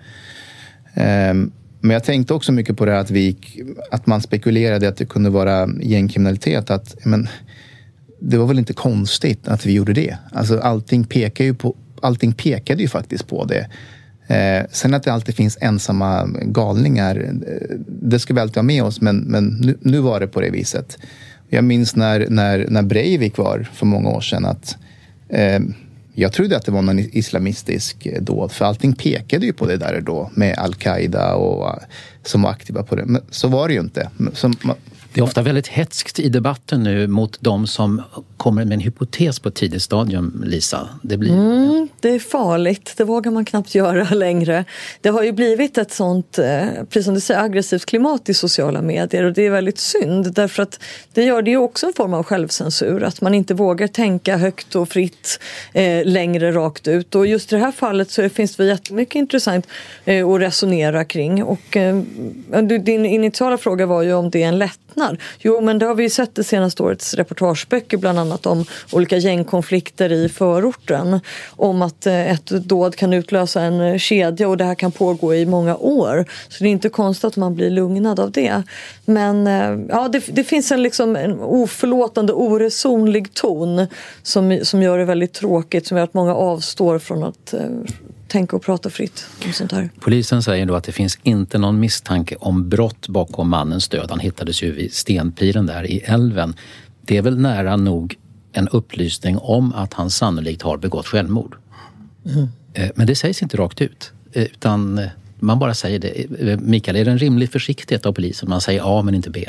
Q: Um, men jag tänkte också mycket på det här att, vi, att man spekulerade att det kunde vara gängkriminalitet. Att, men, det var väl inte konstigt att vi gjorde det. Alltså, allting, pekar ju på, allting pekade ju faktiskt på det. Eh, sen att det alltid finns ensamma galningar, det ska vi alltid ha med oss, men, men nu, nu var det på det viset. Jag minns när, när, när Breivik var för många år sedan att eh, jag trodde att det var någon islamistisk dåd, för allting pekade ju på det där då med Al-Qaida och som var aktiva på det, men så var det ju inte. Så,
O: det är ofta väldigt hetskt i debatten nu mot de som kommer med en hypotes på ett tidigt stadium, Lisa. Det blir...
P: Mm, det är farligt. Det vågar man knappt göra längre. Det har ju blivit ett sånt, eh, precis som du säger, aggressivt klimat i sociala medier. Och det är väldigt synd. Därför att det gör det ju också en form av självcensur. Att man inte vågar tänka högt och fritt eh, längre rakt ut. Och just i det här fallet så finns det jättemycket intressant eh, att resonera kring. Och eh, din initiala fråga var ju om det är en lättnad. Jo, men det har vi ju sett det senaste årets reportageböcker bland annat om olika gängkonflikter i förorten. Om att ett dåd kan utlösa en kedja och det här kan pågå i många år. Så det är inte konstigt att man blir lugnad av det. Men ja, det, det finns en, liksom, en oförlåtande, oresonlig ton som, som gör det väldigt tråkigt. Som gör att många avstår från att tänka och prata fritt om sånt här.
O: Polisen säger då att det finns inte någon misstanke om brott bakom mannens död. Han hittades ju vid Stenpiren där i älven. Det är väl nära nog en upplysning om att han sannolikt har begått självmord. Mm. Men det sägs inte rakt ut, utan man bara säger det. Mikael, är det en rimlig försiktighet av polisen? Man säger A men inte B.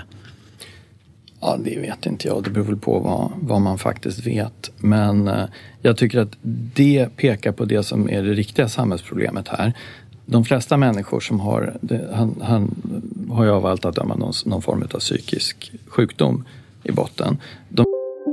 S: Ja, det vet inte jag. Det beror väl på vad, vad man faktiskt vet. Men eh, jag tycker att det pekar på det som är det riktiga samhällsproblemet här. De flesta människor som har, det, han, han har ju av allt att döma någon, någon form av psykisk sjukdom i botten. De...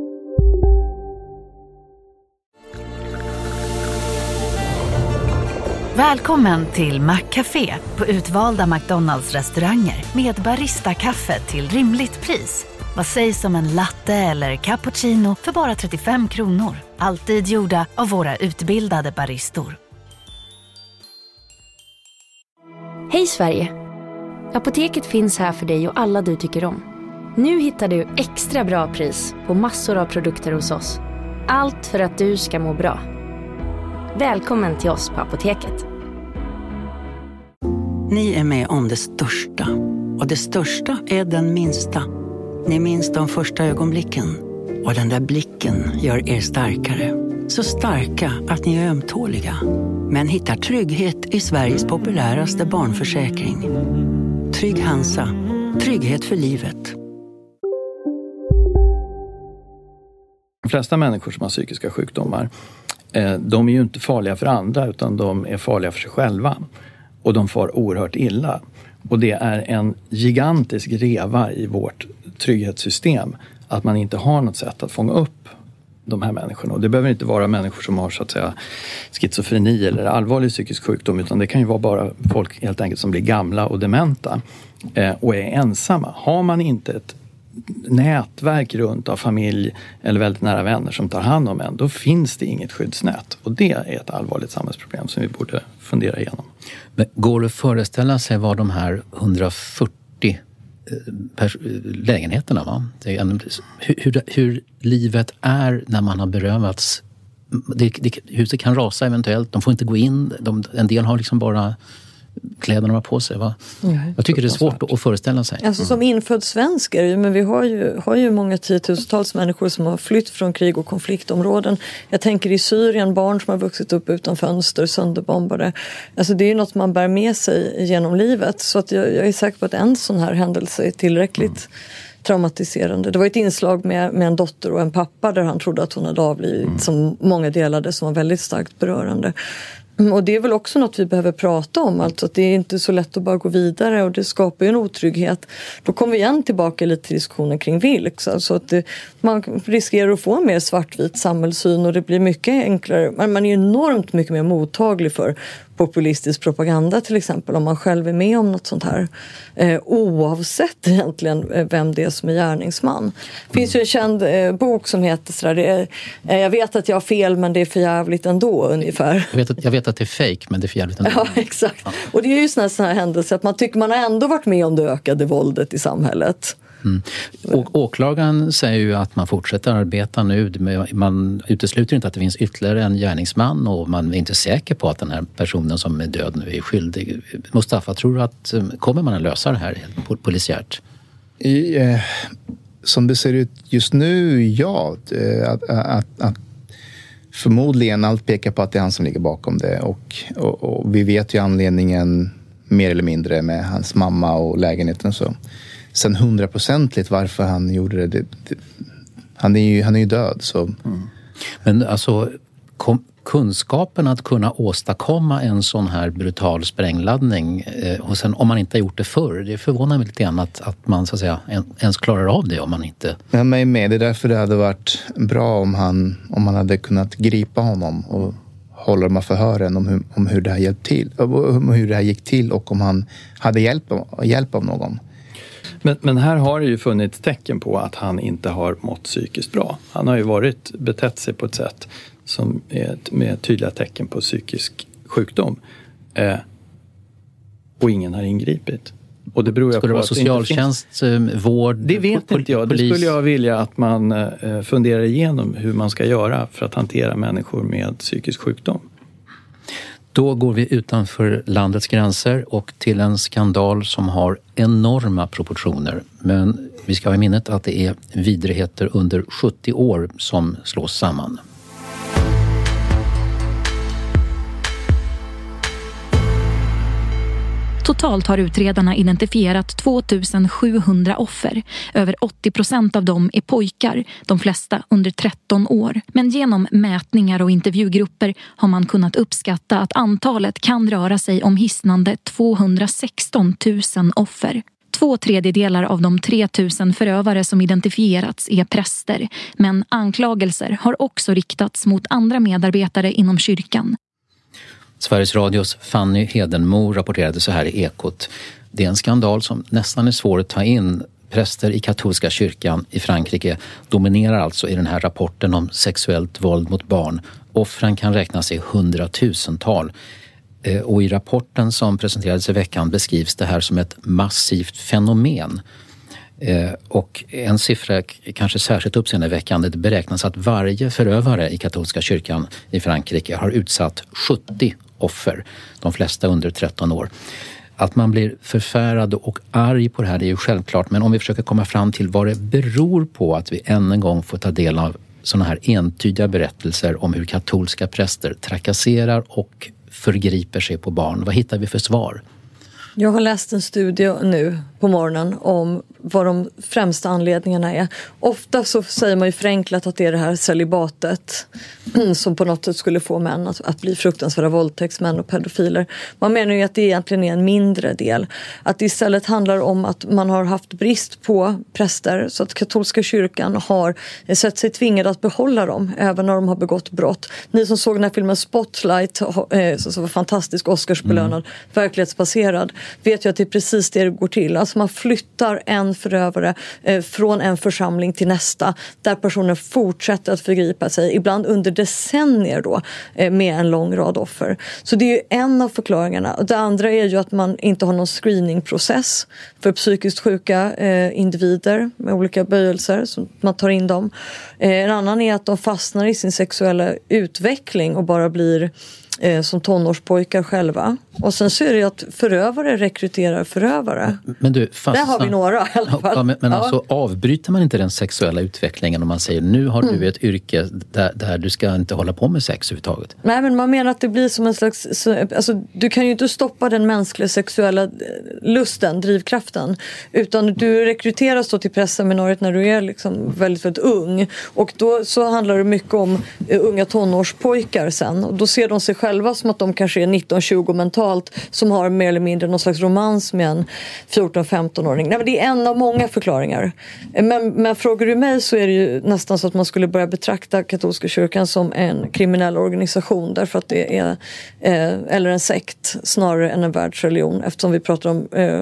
A: Välkommen till Maccafé på utvalda McDonalds-restauranger med Barista-kaffe till rimligt pris. Vad sägs om en latte eller cappuccino för bara trettiofem kronor? Alltid gjorda av våra utbildade baristor.
B: Hej Sverige! Apoteket finns här för dig och alla du tycker om. Nu hittar du extra bra pris på massor av produkter hos oss. Allt för att du ska må bra. Välkommen till oss på Apoteket.
W: Ni är med om det största. Och det största är den minsta. Ni minns de första ögonblicken. Och den där blicken gör er starkare. Så starka att ni är ömtåliga. Men hittar trygghet i Sveriges populäraste barnförsäkring. Trygg Hansa. Trygghet för livet.
S: De flesta människor som har psykiska sjukdomar, de är ju inte farliga för andra utan de är farliga för sig själva. Och de far oerhört illa. Och det är en gigantisk reva i vårt trygghetssystem att man inte har något sätt att fånga upp de här människorna. Och det behöver inte vara människor som har så att säga schizofreni eller allvarlig psykisk sjukdom, utan det kan ju vara bara folk helt enkelt som blir gamla och dementa eh, och är ensamma. Har man inte ett nätverk runt av familj eller väldigt nära vänner som tar hand om en, då finns det inget skyddsnät. Och det är ett allvarligt samhällsproblem som vi borde fundera igenom.
O: Men går det att föreställa sig vad de här hundrafyrtio lägenheterna, va? Det är en, hur, hur, hur livet är när man har berövats. Det, det, huset kan rasa eventuellt, de får inte gå in, de, en del har liksom bara kläderna på sig, va? Mm. Jag tycker det är svårt att föreställa sig.
P: Alltså som infödd svensk är det ju, men vi har ju, har ju många tiotusentals människor som har flytt från krig och konfliktområden. Jag tänker i Syrien, barn som har vuxit upp utan fönster, sönderbombade. Alltså det är ju något man bär med sig genom livet. Så att jag, jag är säker på att en sån här händelse är tillräckligt mm. traumatiserande. Det var ett inslag med, med en dotter och en pappa där han trodde att hon hade avlidit, mm. som många delade, som var väldigt starkt berörande. Och det är väl också något vi behöver prata om, alltså att det är inte så lätt att bara gå vidare och det skapar ju en otrygghet. Då kommer vi igen tillbaka lite till diskussionen kring Vilks, alltså att det, man riskerar att få en mer svartvit samhällssyn och det blir mycket enklare, men man är enormt mycket mer mottaglig för populistisk propaganda till exempel om man själv är med om något sånt här, eh, oavsett egentligen eh, vem det är som är gärningsman. Det finns ju en känd eh, bok som heter sådär, det är, eh, jag vet att jag har fel men det är för jävligt ändå ungefär.
O: Jag vet att, jag vet att det är fake men det är för jävligt ändå.
P: Ja, exakt. Ja. Och det är ju sådana här händelser att man tycker man har ändå varit med om det ökade våldet i samhället.
O: Mm. Och åklagaren säger ju att man fortsätter arbeta nu. Man utesluter inte att det finns ytterligare en gärningsman och man är inte säker på att den här personen som är död nu är skyldig. Mustafa, tror du att kommer man att lösa det här polisiärt?
Q: I, eh, som det ser ut just nu, ja. Att, att, att förmodligen allt pekar på att det är han som ligger bakom det. Och, och, och vi vet ju anledningen mer eller mindre med hans mamma och lägenheten och så. Sen hundraprocentligt varför han gjorde det, det, det han, är ju, han är ju död. Så. Mm.
O: Men alltså kom, kunskapen att kunna åstadkomma en sån här brutal sprängladdning eh, och sen om man inte har gjort det förr, det förvånar mig lite grann att, att man så att säga en, ens klarar av det om man inte...
Q: Jag är med, det är därför det hade varit bra om han om man hade kunnat gripa honom och hålla de här förhören om hur, om hur det här hjälpt till, om hur det här gick till och om han hade hjälp, hjälp av någon.
S: Men, men här har det ju funnits tecken på att han inte har mått psykiskt bra. Han har ju varit betett sig på ett sätt som är med tydliga tecken på psykisk sjukdom. Eh, och ingen har ingripit. Och det beror
O: skulle det vara socialtjänst, finns... vård,
S: det vet pol- inte jag. Det skulle jag vilja att man eh, funderar igenom hur man ska göra för att hantera människor med psykisk sjukdom.
O: Då går vi utanför landets gränser och till en skandal som har enorma proportioner. Men vi ska ha i minnet att det är vidrigheter under sjuttio år som slås samman.
C: Totalt har utredarna identifierat tvåtusensjuhundra offer. Över åttio procent av dem är pojkar, de flesta under tretton år. Men genom mätningar och intervjugrupper har man kunnat uppskatta att antalet kan röra sig om hisnande tvåhundrasexton tusen offer. Två tredjedelar av de tre tusen förövare som identifierats är präster. Men anklagelser har också riktats mot andra medarbetare inom kyrkan.
O: Sveriges Radios Fanny Hedenmo rapporterade så här i Ekot. Det är en skandal som nästan är svår att ta in. Präster i katolska kyrkan i Frankrike dominerar alltså i den här rapporten om sexuellt våld mot barn. Offren kan räknas i hundratusental. Och i rapporten som presenterades i veckan beskrivs det här som ett massivt fenomen. Och en siffra kanske särskilt uppseendeväckande, det beräknas att varje förövare i katolska kyrkan i Frankrike har utsatt sjuttio offer, de flesta under tretton år. Att man blir förfärad och arg på det här är ju självklart, men om vi försöker komma fram till vad det beror på att vi än en gång får ta del av sådana här entydiga berättelser om hur katolska präster trakasserar och förgriper sig på barn. Vad hittar vi för svar?
P: Jag har läst en studie nu på morgonen om vad de främsta anledningarna är. Ofta så säger man ju förenklat att det är det här celibatet som på något sätt skulle få män att, att bli fruktansvärda våldtäktsmän och pedofiler. Man menar ju att det egentligen är en mindre del. Att det istället handlar om att man har haft brist på präster, så att katolska kyrkan har sett sig tvingad att behålla dem även när de har begått brott. Ni som såg den här filmen Spotlight, som var fantastisk, Oscarsbelönad, mm. verklighetsbaserad, vet ju att det är precis det det går till. Alltså man flyttar en förövare eh, från en församling till nästa, där personen fortsätter att förgripa sig, ibland under decennier då, eh, med en lång rad offer. Så det är ju en av förklaringarna. Och det andra är ju att man inte har någon screeningprocess för psykiskt sjuka eh, individer med olika böjelser, så man tar in dem. Eh, en annan är att de fastnar i sin sexuella utveckling och bara blir Eh, som tonårspojkar själva. Och sen så är det ju att förövare rekryterar förövare.
O: Men du, fast,
P: där har vi några i alla fall.
O: Ja, men men
P: ja.
O: alltså avbryter man inte den sexuella utvecklingen om man säger nu har du mm. ett yrke där, där du ska inte hålla på med sex överhuvudtaget?
P: Nej, men man menar att det blir som en slags, så, alltså, du kan ju inte stoppa den mänskliga sexuella lusten, drivkraften, utan du rekryteras då till pressseminariet när du är liksom väldigt, väldigt ung, och då så handlar det mycket om uh, unga tonårspojkar sen, och då ser de sig själva som att de kanske är nitton tjugo mentalt, som har mer eller mindre någon slags romans med en fjorton femton-åring. Nej, men det är en av många förklaringar. Men, men frågar du mig så är det ju nästan så att man skulle börja betrakta katolska kyrkan som en kriminell organisation, därför att det är eh, eller en sekt snarare än en världsreligion, eftersom vi pratar om eh,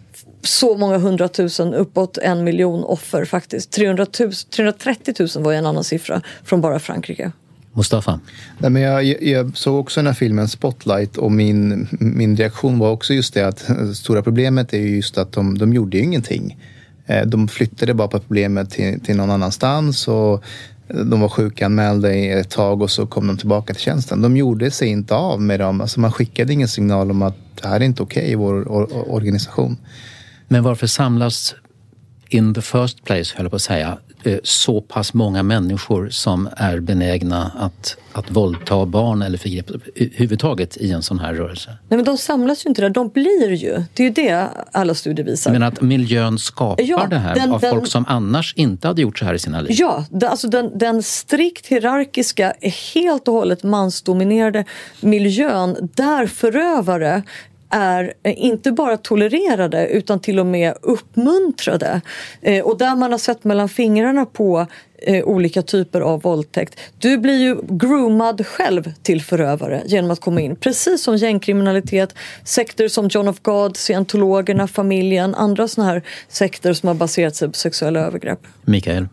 P: så många hundratusen, uppåt en miljon offer faktiskt. trehundratusen, trehundratrettio tusen var ju en annan siffra från bara Frankrike.
O: Mustafa?
Q: Nej, men jag, jag såg också den här filmen Spotlight, och min, min reaktion var också just det att stora problemet är just att de, de gjorde ju ingenting. De flyttade bara på problemet till, till någon annanstans, och de var sjukanmälda i ett tag och så kom de tillbaka till tjänsten. De gjorde sig inte av med dem. Alltså man skickade ingen signal om att det här är inte okej i vår or- organisation.
O: Men varför samlas in the first place, höll jag på att säga, så pass många människor som är benägna att, att våldta barn eller förgrepp huvudtaget i en sån här rörelse? Nej,
P: men de samlas ju inte där, de blir ju. Det är ju det alla studier visar.
O: Men att miljön skapar
P: ja,
O: det här
P: den,
O: av
P: den,
O: folk som annars inte hade gjort så här i sina liv?
P: Ja, det, alltså den, den strikt hierarkiska, helt och hållet mansdominerade miljön där förövare är inte bara tolererade utan till och med uppmuntrade. Eh, och där man har sett mellan fingrarna på eh, olika typer av våldtäkt. Du blir ju groomad själv till förövare genom att komma in. Precis som gängkriminalitet, sekter som John of God, scientologerna, familjen, andra såna här sekter som har baserat sig på sexuella övergrepp.
O: Mikael?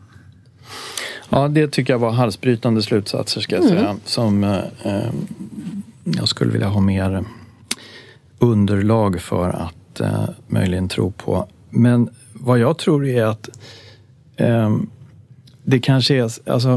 S: Ja, det tycker jag var halsbrytande slutsatser, ska jag säga. Mm. Som eh, jag skulle vilja ha mer underlag för att eh, möjligen tro på. Men vad jag tror är att eh, det kanske är, alltså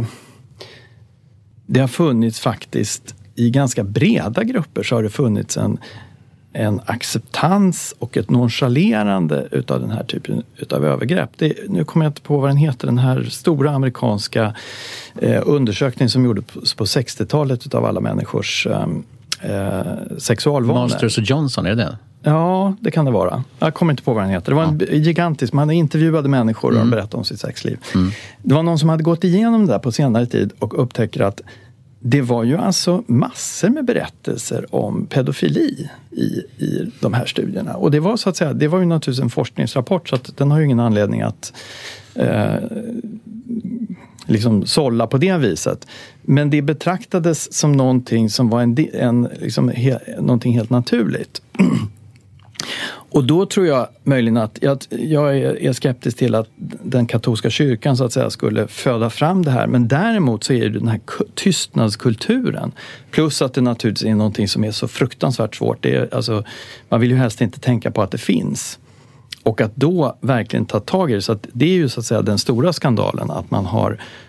S: det har funnits faktiskt i ganska breda grupper, så har det funnits en, en acceptans och ett nonchalerande utav den här typen utav övergrepp. Det, nu kommer jag inte på vad den heter, den här stora amerikanska eh, undersökningen som gjordes på, på sextiotalet utav alla människors eh, Eh, sexualvanor.
O: Masters och Johnson, är det det?
S: Ja, det kan det vara. Jag kommer inte på vad den heter. Det var en ja. gigantisk, man intervjuade människor och mm. berättade om sitt sexliv. Mm. Det var någon som hade gått igenom det där på senare tid och upptäcker att det var ju alltså massor med berättelser om pedofili i, i de här studierna. Och det var så att säga, det var ju naturligtvis en forskningsrapport, så att den har ju ingen anledning att eh, liksom sålla på det viset. Men det betraktades som någonting som var en, en, liksom he, någonting helt naturligt. Och då tror jag möjligen att jag, jag är skeptisk till att den katolska kyrkan så att säga skulle föda fram det här. Men däremot så är det den här tystnadskulturen. Plus att det naturligtvis är någonting som är så fruktansvärt svårt. Det är, alltså, man vill ju helst inte tänka på att det finns. Och att då verkligen ta tag i det. Så att det är ju så att säga den stora skandalen, att man har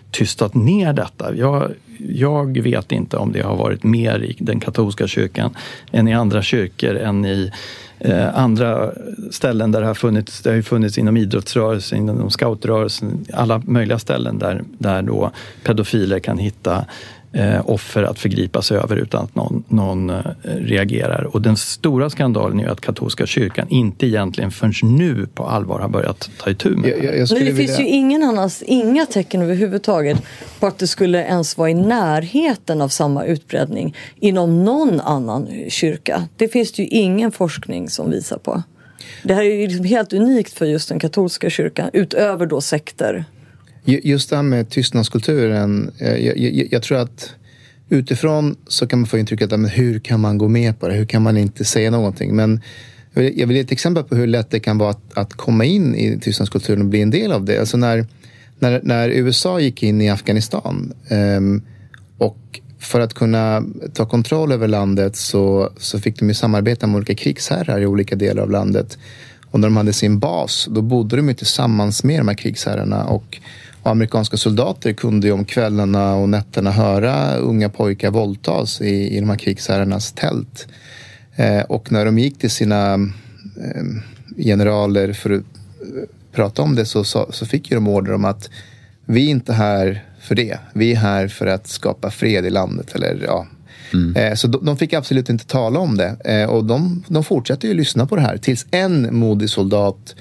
S: tystat ner detta. Jag, jag vet inte om det har varit mer i den katolska kyrkan än i andra kyrkor, än i eh, andra ställen där det har funnits, det har funnits inom idrottsrörelsen, inom scoutrörelsen, alla möjliga ställen där, där då pedofiler kan hitta eh, offer att förgripa sig över utan att någon, någon eh, reagerar. Och den stora skandalen är ju att katolska kyrkan inte egentligen förrän nu på allvar har börjat ta itu med
P: jag, jag, jag Men det vilja... finns ju ingen annans, inga tecken överhuvudtaget på att det skulle ens vara i närheten av samma utbredning inom någon annan kyrka. Det finns det ju ingen forskning som visar på. Det här är ju liksom helt unikt för just den katolska kyrkan, utöver då sekter.
Q: Just det här med tystnadskulturen, jag, jag, jag tror att utifrån så kan man få intrycket att men hur kan man gå med på det? Hur kan man inte säga någonting? Men jag vill, jag vill ge ett exempel på hur lätt det kan vara att, att komma in i tystnadskulturen och bli en del av det. Alltså när, när, när U S A gick in i Afghanistan um, och för att kunna ta kontroll över landet så, så fick de ju samarbeta med olika krigsherrar i olika delar av landet. Och när de hade sin bas, då bodde de ju tillsammans med de här krigsherrarna, och Och amerikanska soldater kunde ju om kvällarna och nätterna höra unga pojkar våldtas i, i de här krigsherrarnas tält. Eh, och när de gick till sina eh, generaler för att prata om det så, så, så fick ju de order om att vi är inte här för det. Vi är här för att skapa fred i landet. Eller, ja. Mm. Eh, så de, de fick absolut inte tala om det. Eh, och de, de fortsatte ju lyssna på det här tills en modig soldat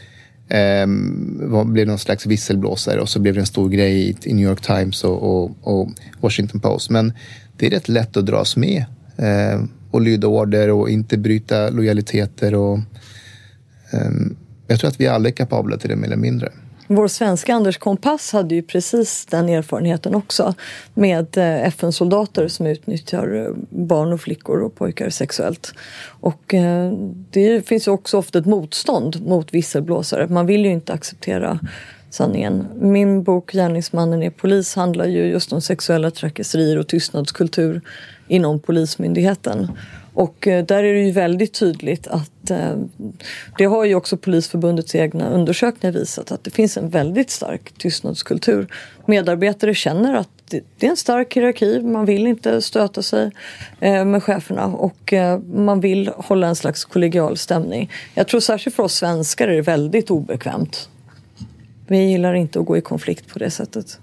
Q: Eh, blev någon slags visselblåsare, och så blev det en stor grej i New York Times och, och, och Washington Post. Men det är rätt lätt att dras med eh, och lyda order och inte bryta lojaliteter. Och, eh, jag tror att vi alla är kapabla till det mer eller mindre.
P: Vår svenska Anders Kompass hade ju precis den erfarenheten också, med F N-soldater som utnyttjar barn och flickor och pojkar sexuellt. Och det finns ju också ofta ett motstånd mot visselblåsare. Man vill ju inte acceptera sanningen. Min bok Gärningsmannen är polis handlar ju just om sexuella trakasserier och tystnadskultur inom polismyndigheten. Och där är det ju väldigt tydligt att eh, det har ju också Polisförbundets egna undersökningar visat, att det finns en väldigt stark tystnadskultur. Medarbetare känner att det, det är en stark hierarki, man vill inte stöta sig eh, med cheferna, och eh, man vill hålla en slags kollegial stämning. Jag tror särskilt för oss svenskar är det väldigt obekvämt. Vi gillar inte att gå i konflikt på det sättet.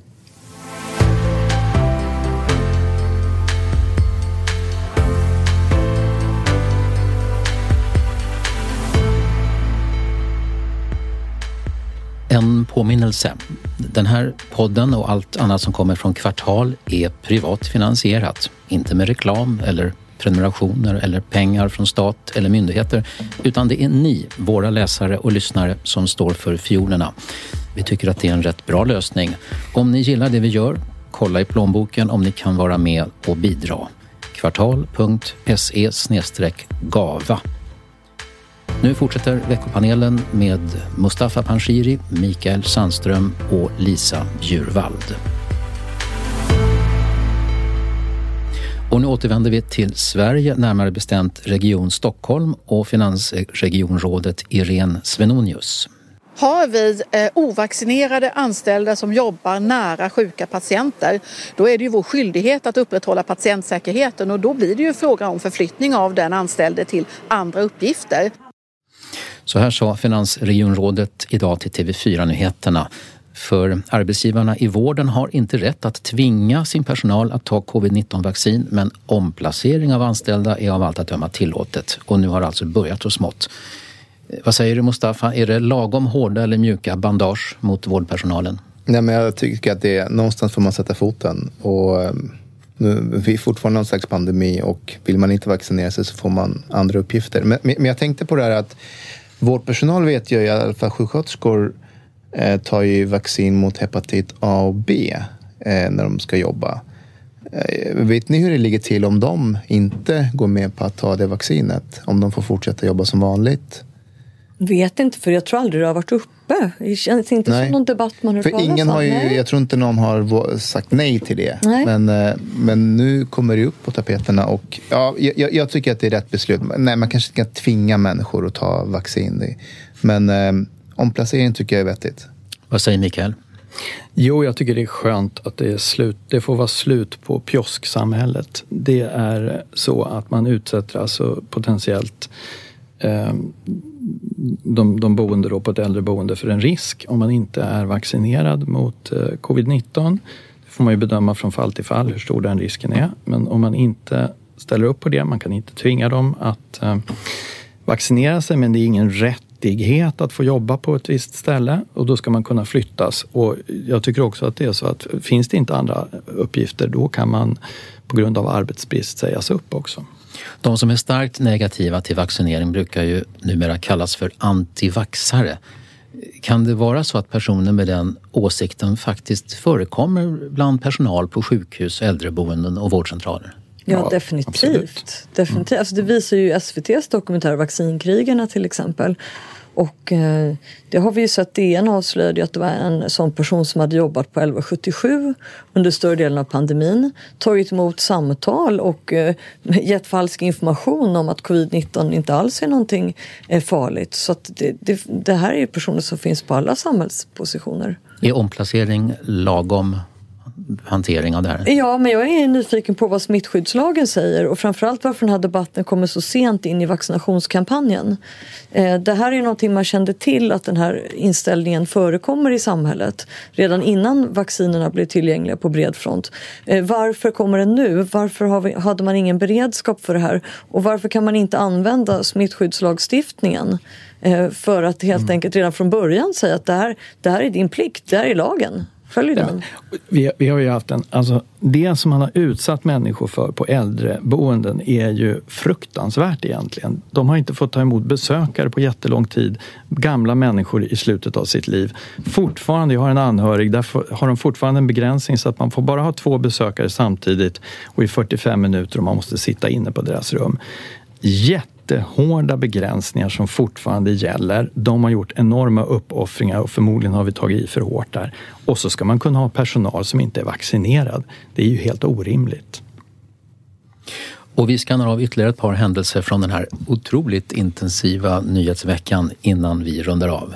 O: En påminnelse. Den här podden och allt annat som kommer från Kvartal är privat finansierat. Inte med reklam eller prenumerationer eller pengar från stat eller myndigheter, utan det är ni, våra läsare och lyssnare, som står för fiolerna. Vi tycker att det är en rätt bra lösning. Om ni gillar det vi gör, kolla i plånboken om ni kan vara med och bidra. kvartal punkt se slash gava. Nu fortsätter veckopanelen med Mustafa Panshiri, Mikael Sandström och Lisa Bjurvald. Och nu återvänder vi till Sverige, närmare bestämt Region Stockholm och finansregionrådet Irene Svenonius.
D: Har vi eh, ovaccinerade anställda som jobbar nära sjuka patienter, då är det ju vår skyldighet att upprätthålla patientsäkerheten, och då blir det ju fråga om förflyttning av den anställde till andra uppgifter.
O: Så här sa Finansregionrådet idag till T V fyra-nyheterna. För arbetsgivarna i vården har inte rätt att tvinga sin personal att ta covid nitton-vaccin, men omplacering av anställda är av allt att döma tillåtet. Och nu har det alltså börjat så smått. Vad säger du, Mustafa? Är det lagom hårda eller mjuka bandage mot vårdpersonalen?
Q: Nej, men jag tycker att det är, någonstans får man sätta foten. Och nu, vi är fortfarande någon slags pandemi, och vill man inte vaccinera sig så får man andra uppgifter. Men, men jag tänkte på det här att vårdpersonal vet jag, i alla fall sjuksköterskor eh, tar ju vaccin mot hepatit A och B eh, när de ska jobba. Eh, vet ni hur det ligger till om de inte går med på att ta det vaccinet? Om de får fortsätta jobba som vanligt?
P: Vet inte, för jag tror aldrig det har varit uppe. Det känns inte nej. Som någon debatt man har
Q: för ingen har ju, jag tror inte någon har sagt nej till det. Nej. Men, men nu kommer det upp på tapeterna, och ja, jag, jag tycker att det är rätt beslut. Nej, man kanske inte kan tvinga människor att ta vaccin. Men eh, omplacering tycker jag är vettigt.
O: Vad säger Mikael?
S: Jo, jag tycker det är skönt att det är slut. Det får vara slut på pjosksamhället. Det är så att man utsätter alltså potentiellt eh, de, de boende då på ett äldreboende för en risk om man inte är vaccinerad mot eh, covid nitton. Det får man ju bedöma från fall till fall hur stor den risken är. Men om man inte ställer upp på det, man kan inte tvinga dem att eh, vaccinera sig, men det är ingen rättighet att få jobba på ett visst ställe och då ska man kunna flyttas. Och jag tycker också att det är så att finns det inte andra uppgifter, då kan man på grund av arbetsbrist sägas upp också.
O: De som är starkt negativa till vaccinering brukar ju numera kallas för antivaxare. Kan det vara så att personer med den åsikten faktiskt förekommer bland personal på sjukhus, äldreboenden och vårdcentraler?
P: Ja, ja, definitivt. definitivt. Mm. Alltså det visar ju S V T:s dokumentär Vaccinkrigarna till exempel. Och eh, det har vi ju sett, D N avslöjade att det var en sån person som hade jobbat på elva sjuttiosju under större delen av pandemin, tagit emot samtal och eh, gett falsk information om att covid nitton inte alls är någonting eh, farligt. Så att det, det, det här är ju personer som finns på alla samhällspositioner.
O: Är omplacering lagom hantering av det här?
P: Ja, men jag är nyfiken på vad smittskyddslagen säger och framförallt varför den här debatten kommer så sent in i vaccinationskampanjen. Eh, det här är någonting man kände till att den här inställningen förekommer i samhället redan innan vaccinerna blev tillgängliga på bred front. Eh, varför kommer den nu? Varför har vi, hade man ingen beredskap för det här? Och varför kan man inte använda smittskyddslagstiftningen eh, för att helt mm. enkelt redan från början säga att det här, det här är din plikt, det här är lagen. Ja,
S: vi, vi har ju haft en, alltså det som man har utsatt människor för på äldreboenden är ju fruktansvärt egentligen. De har inte fått ta emot besökare på jättelång tid, gamla människor i slutet av sitt liv. Fortfarande, jag har en anhörig, där har de fortfarande en begränsning så att man får bara ha två besökare samtidigt och i fyrtiofem minuter och man måste sitta inne på deras rum. Jättehårda begränsningar som fortfarande gäller. De har gjort enorma uppoffringar och förmodligen har vi tagit i för hårt där. Och så ska man kunna ha personal som inte är vaccinerad. Det är ju helt orimligt.
O: Och vi skannar av ytterligare ett par händelser från den här otroligt intensiva nyhetsveckan innan vi rundar av.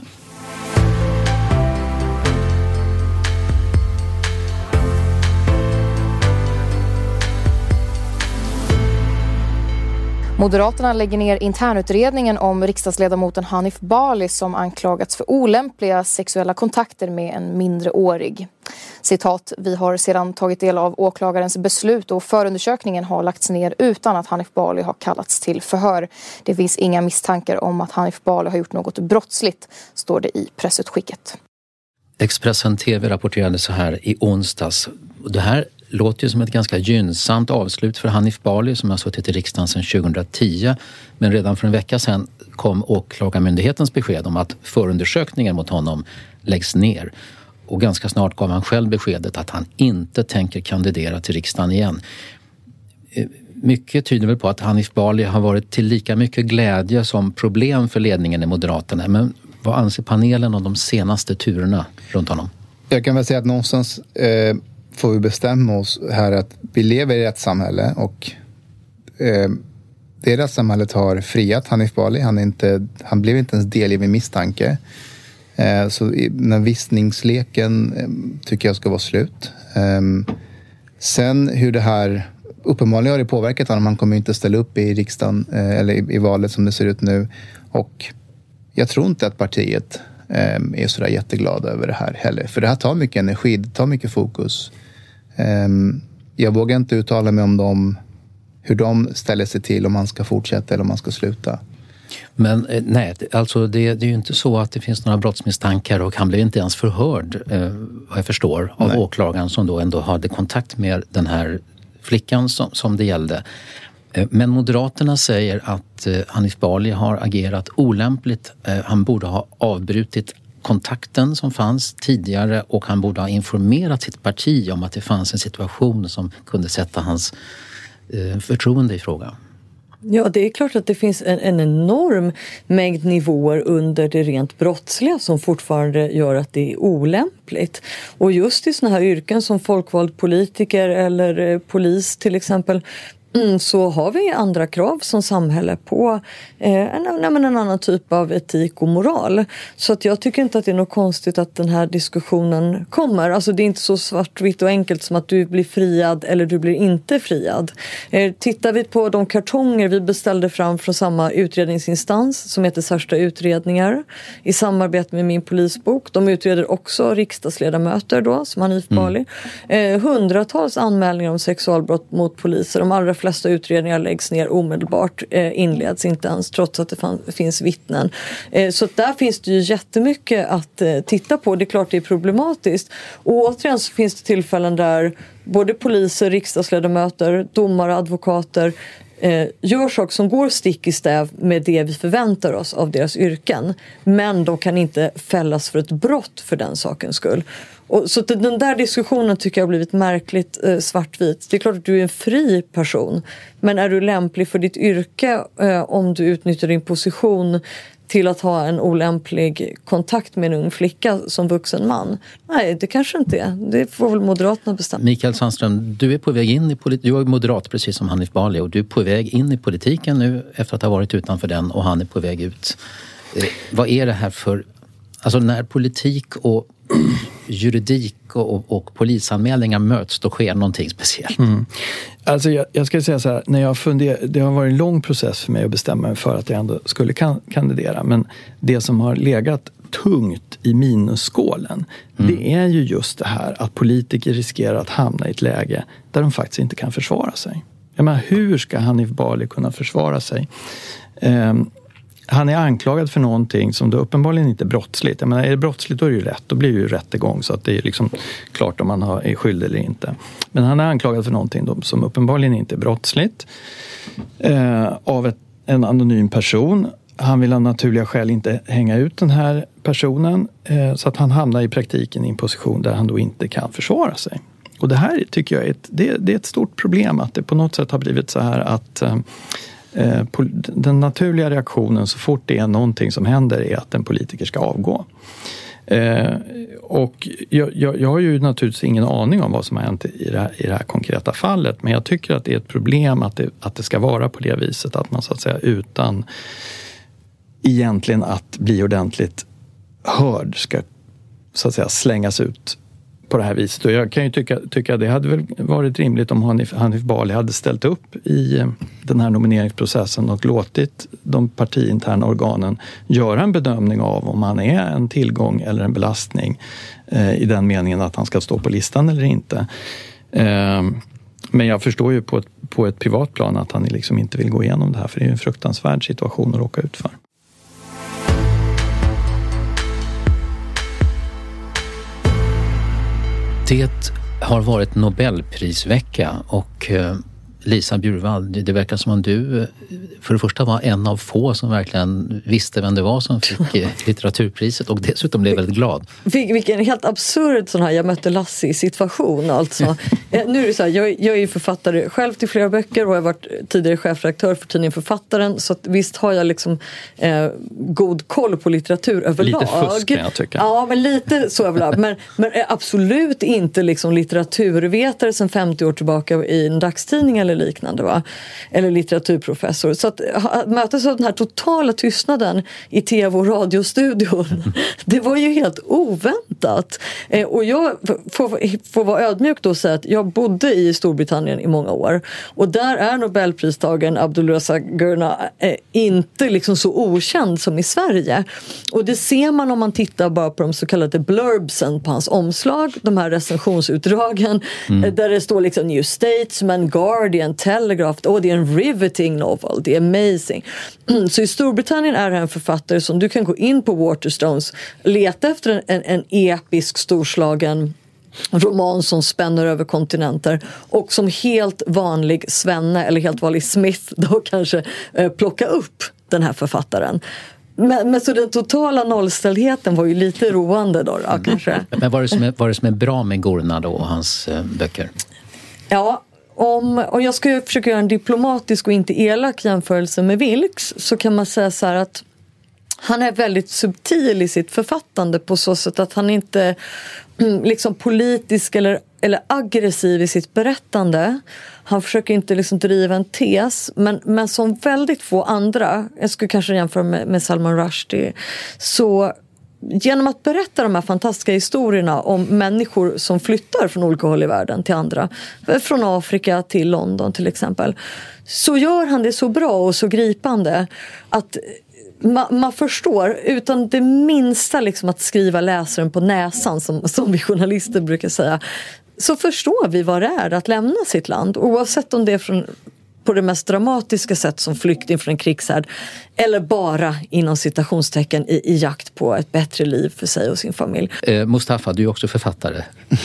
N: Moderaterna lägger ner internutredningen om riksdagsledamoten Hanif Bali som anklagats för olämpliga sexuella kontakter med en mindreårig. Citat, vi har sedan tagit del av åklagarens beslut och förundersökningen har lagts ner utan att Hanif Bali har kallats till förhör. Det finns inga misstankar om att Hanif Bali har gjort något brottsligt, står det i pressutskicket.
O: Expressen T V rapporterade så här i onsdags. Det här låter ju som ett ganska gynnsamt avslut för Hanif Bali som har suttit i riksdagen sedan tjugohundratio. Men redan för en vecka sedan kom åklagarmyndighetens besked om att förundersökningen mot honom läggs ner. Och ganska snart gav han själv beskedet att han inte tänker kandidera till riksdagen igen. Mycket tyder väl på att Hanif Bali har varit till lika mycket glädje som problem för ledningen i Moderaterna. Men vad anser panelen om de senaste turerna runt honom?
Q: Jag kan väl säga att någonstans eh, får vi bestämma oss här att vi lever i ett samhälle och eh, det rättssamhället har friat Hanif Bali. Han, är inte, han blev inte ens delgiven vid misstanke. Eh, så den här vissningsleken eh, tycker jag ska vara slut. Eh, sen hur det här uppenbarligen har det påverkat honom. Han kommer inte ställa upp i riksdagen eh, eller i, i valet som det ser ut nu. Och jag tror inte att partiet eh, är sådär jätteglada över det här heller. För det här tar mycket energi, det tar mycket fokus. Eh, jag vågar inte uttala mig om dem, hur de ställer sig till om man ska fortsätta eller om man ska sluta.
O: Men nej, alltså det, det är ju inte så att det finns några brottsmisstankar och han blev inte ens förhörd, eh, vad jag förstår, av nej. åklagaren som då ändå hade kontakt med den här flickan som, som det gällde. Men Moderaterna säger att eh, Hanif Bali har agerat olämpligt. Eh, han borde ha avbrutit kontakten som fanns tidigare och han borde ha informerat sitt parti om att det fanns en situation som kunde sätta hans eh, förtroende i fråga.
P: Ja, det är klart att det finns en, en enorm mängd nivåer under det rent brottsliga som fortfarande gör att det är olämpligt. Och just i såna här yrken som folkvald politiker eller eh, polis till exempel, Mm, så har vi andra krav som samhälle på eh, en, nej, men en annan typ av etik och moral. Så att jag tycker inte att det är något konstigt att den här diskussionen kommer. Alltså det är inte så svartvitt och enkelt som att du blir friad eller du blir inte friad. Eh, tittar vi på de kartonger vi beställde fram från samma utredningsinstans som heter Särskilda utredningar i samarbete med Min polisbok. De utreder också riksdagsledamöter då, som Hanif Bali. Eh, hundratals anmälningar om sexualbrott mot poliser. De allra flesta utredningar läggs ner omedelbart, eh, inleds inte ens trots att det fann, finns vittnen. Eh, så där finns det ju jättemycket att eh, titta på. Det är klart det är problematiskt. Och återigen så finns det tillfällen där både poliser, riksdagsledamöter, domare, advokater eh, gör saker som går stick i stäv med det vi förväntar oss av deras yrken. Men de kan inte fällas för ett brott för den sakens skull. Och så den där diskussionen tycker jag har blivit märkligt eh, svartvit. Det är klart att du är en fri person. Men är du lämplig för ditt yrke eh, om du utnyttjar din position till att ha en olämplig kontakt med en ung flicka som vuxen man? Nej, det kanske inte är. Det får väl Moderaterna bestämma.
O: Mikael Sandström, du är på väg in i politiken. Du är moderat precis som Hanif Bali och du är på väg in i politiken nu efter att ha varit utanför den och han är på väg ut. Eh, vad är det här för... Alltså när politik och juridik och, och, och polisanmälningar möts, då sker någonting speciellt.
S: Mm. Alltså jag, jag ska säga så här, när jag funder, det har varit en lång process för mig att bestämma mig för att jag ändå skulle kan, kandidera. Men det som har legat tungt i minusskålen, mm. det är ju just det här att politiker riskerar att hamna i ett läge där de faktiskt inte kan försvara sig. Jag menar, hur ska Hanif Bali kunna försvara sig? Um, Han är anklagad för någonting som då uppenbarligen inte är brottsligt. Jag menar, är det brottsligt då är det ju rätt. Då blir det ju rättegång så att det är liksom klart om man har, är skyldig eller inte. Men han är anklagad för någonting då, som uppenbarligen inte är brottsligt. Eh, av ett, en anonym person. Han vill av naturliga skäl inte hänga ut den här personen. Eh, så att han hamnar i praktiken i en position där han då inte kan försvara sig. Och det här tycker jag är ett, det, det är ett stort problem. Att det på något sätt har blivit så här att... Eh, den naturliga reaktionen så fort det är någonting som händer är att en politiker ska avgå. Eh, och jag, jag, jag har ju naturligtvis ingen aning om vad som har hänt i det, här, i det här konkreta fallet, men jag tycker att det är ett problem att det, att det ska vara på det viset att man så att säga utan egentligen att bli ordentligt hörd ska så att säga slängas ut på det här viset. Och jag kan ju tycka, tycka att det hade väl varit rimligt om Hanif, Hanif Bali hade ställt upp i den här nomineringsprocessen och låtit de partiinterna organen göra en bedömning av om han är en tillgång eller en belastning eh, i den meningen att han ska stå på listan eller inte. Eh, men jag förstår ju på ett, på ett privat plan att han liksom inte vill gå igenom det här, för det är ju en fruktansvärd situation att råka ut för.
O: Det har varit Nobelprisvecka och Lisa Bjurwald, det verkar som om du för det första var en av få som verkligen visste vem det var som fick litteraturpriset och dessutom blev väldigt glad.
P: Vilken helt absurd sån här jag mötte Lassie situation alltså. Nu är det så här, jag, jag är ju författare själv till flera böcker och jag har varit tidigare chefredaktör för tidningen Författaren, så att visst har jag liksom eh, god koll på litteratur överlag.
S: Lite fusk kan jag tycka.
P: Ja, men lite så överlag. Men, men absolut inte liksom litteraturvetare sedan femtio år tillbaka i en dagstidning eller liknande, va? Eller litteraturprofessor. Så att mötas av den här totala tystnaden i tv- och radiostudion, det var ju helt oväntat. Eh, och jag får, får vara ödmjuk då och säga att jag bodde i Storbritannien i många år. Och där är Nobelpristagaren Abdulrazak Gurnah eh, inte liksom så okänd som i Sverige. Och det ser man om man tittar bara på de så kallade blurbsen på hans omslag, de här recensionsutdragen, mm. eh, där det står liksom New Statesman, Guardian, Telegraph, och det är en riveting novel, det är amazing. Mm, så i Storbritannien är det en författare som du kan gå in på Waterstones, leta efter en, en, en episk storslagen roman som spänner över kontinenter och som helt vanlig svenne eller helt vanlig Smith då kanske eh, plocka upp den här författaren. Men, men så den totala nollställheten var ju lite roande då, då kanske.
O: Men vad är det som är, vad är det som är bra med Gurnah då och hans eh, böcker?
P: Ja, om, om jag ska försöka göra en diplomatisk och inte elak jämförelse med Vilks, så kan man säga så här att han är väldigt subtil i sitt författande på så sätt att han inte liksom politisk eller eller aggressiv i sitt berättande. Han försöker inte liksom driva en tes, men, men som väldigt få andra, jag skulle kanske jämföra med, med Salman Rushdie, så genom att berätta de här fantastiska historierna om människor som flyttar från olika håll i världen till andra, från Afrika till London till exempel, så gör han det så bra och så gripande att man, man förstår utan det minsta liksom att skriva läsaren på näsan, som, som vi journalister brukar säga, så förstår vi vad det är att lämna sitt land, oavsett om det är från, på det mest dramatiska sätt som flykting från en krigshärd eller bara inom citationstecken i, i jakt på ett bättre liv för sig och sin familj.
O: Eh, Mustafa, du är också författare.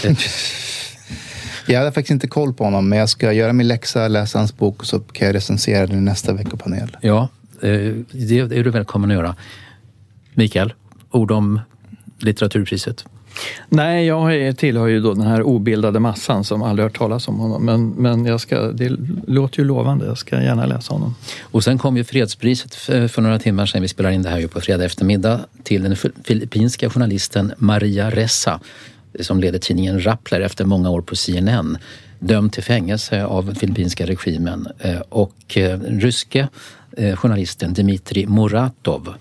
Q: Jag hade faktiskt inte koll på honom, men jag ska göra min läxa, läsa hans bok och så kan jag recensera den i nästa veckopanel.
O: Ja, eh, det är du välkommen att göra. Mikael, ord om litteraturpriset?
S: Nej, jag tillhör ju då den här obildade massan som aldrig hört talas om honom. Men, men jag ska, det låter ju lovande, jag ska gärna läsa honom.
O: Och sen kom ju fredspriset för några timmar sedan, vi spelar in det här ju på fredag eftermiddag, till den filippinska journalisten Maria Ressa, som leder tidningen Rappler efter många år på C N N. Dömd till fängelse av den filippinska regimen. Och den ryske journalisten Dmitrij Muratov.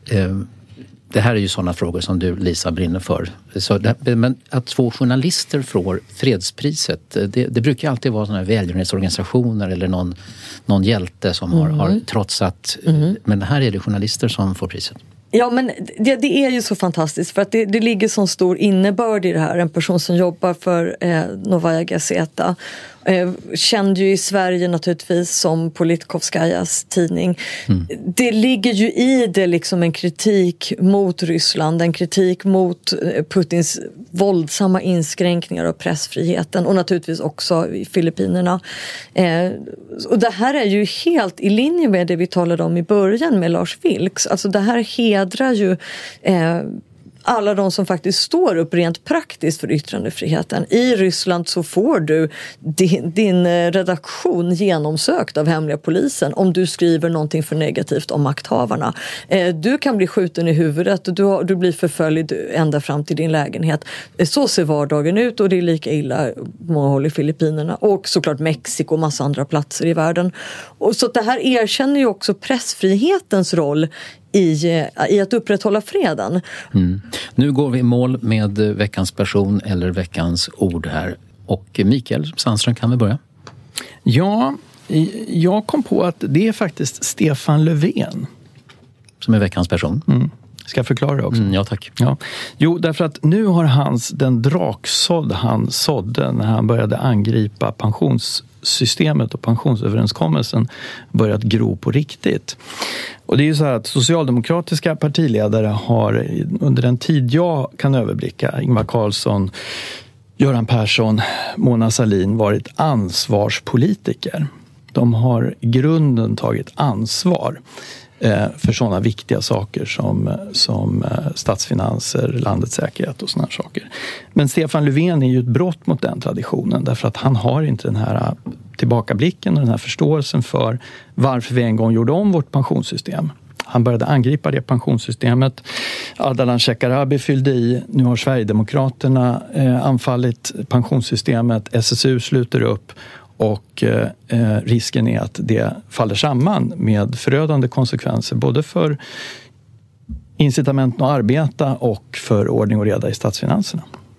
O: Det här är ju sådana frågor som du, Lisa, brinner för. Så det, men att två journalister får fredspriset, det, det brukar alltid vara sådana här välgörenhetsorganisationer eller någon, någon hjälte som har, mm. har trotsat. Mm. Men här är det journalister som får priset.
P: Ja, men det, det är ju så fantastiskt för att det, det ligger så stor innebörd i det här. En person som jobbar för eh, Novaja Gazeta eh, känd ju i Sverige naturligtvis som Politkovskajas tidning. Mm. Det ligger ju i det liksom en kritik mot Ryssland, en kritik mot Putins våldsamma inskränkningar av pressfriheten och naturligtvis också i Filippinerna. Eh, och det här är ju helt i linje med det vi talade om i början med Lars Vilks. Alltså det här hedrar ju eh, alla de som faktiskt står upp rent praktiskt för yttrandefriheten. I Ryssland så får du din, din redaktion genomsökt av hemliga polisen om du skriver någonting för negativt om makthavarna. Eh, du kan bli skjuten i huvudet och du, har, du blir förföljd ända fram till din lägenhet. Eh, så ser vardagen ut och det är lika illa på många håll i Filippinerna och såklart Mexiko och massa andra platser i världen. Och så att det här erkänner ju också pressfrihetens roll I, i att upprätthålla freden.
O: Mm. Nu går vi i mål med veckans person eller veckans ord här. Och Mikael Sandström, kan vi börja?
S: Ja, jag kom på att det är faktiskt Stefan Löfven.
O: Som är veckans person?
S: Mm. Ska jag förklara det också?
O: Mm, ja, tack.
S: Ja. Jo, därför att nu har hans, den draksådd han sådde när han började angripa pensionssystemet och pensionsöverenskommelsen börjat gro på riktigt. Och det är ju så här att socialdemokratiska partiledare har under den tid jag kan överblicka, Ingvar Carlsson, Göran Persson, Mona Sahlin, varit ansvarspolitiker. De har i grunden tagit ansvar för sådana viktiga saker som, som statsfinanser, landets säkerhet och sådana saker. Men Stefan Löfven är ju ett brott mot den traditionen därför att han har inte den här tillbakablicken och den här förståelsen för varför vi en gång gjorde om vårt pensionssystem. Han började angripa det pensionssystemet. Ardalan Shekarabi fyllde i. Nu har Sverigedemokraterna eh, anfallit pensionssystemet. S S U sluter upp. Och eh, risken är att det faller samman med förödande konsekvenser både för incitamenten att arbeta och för ordning och reda i statsfinanserna.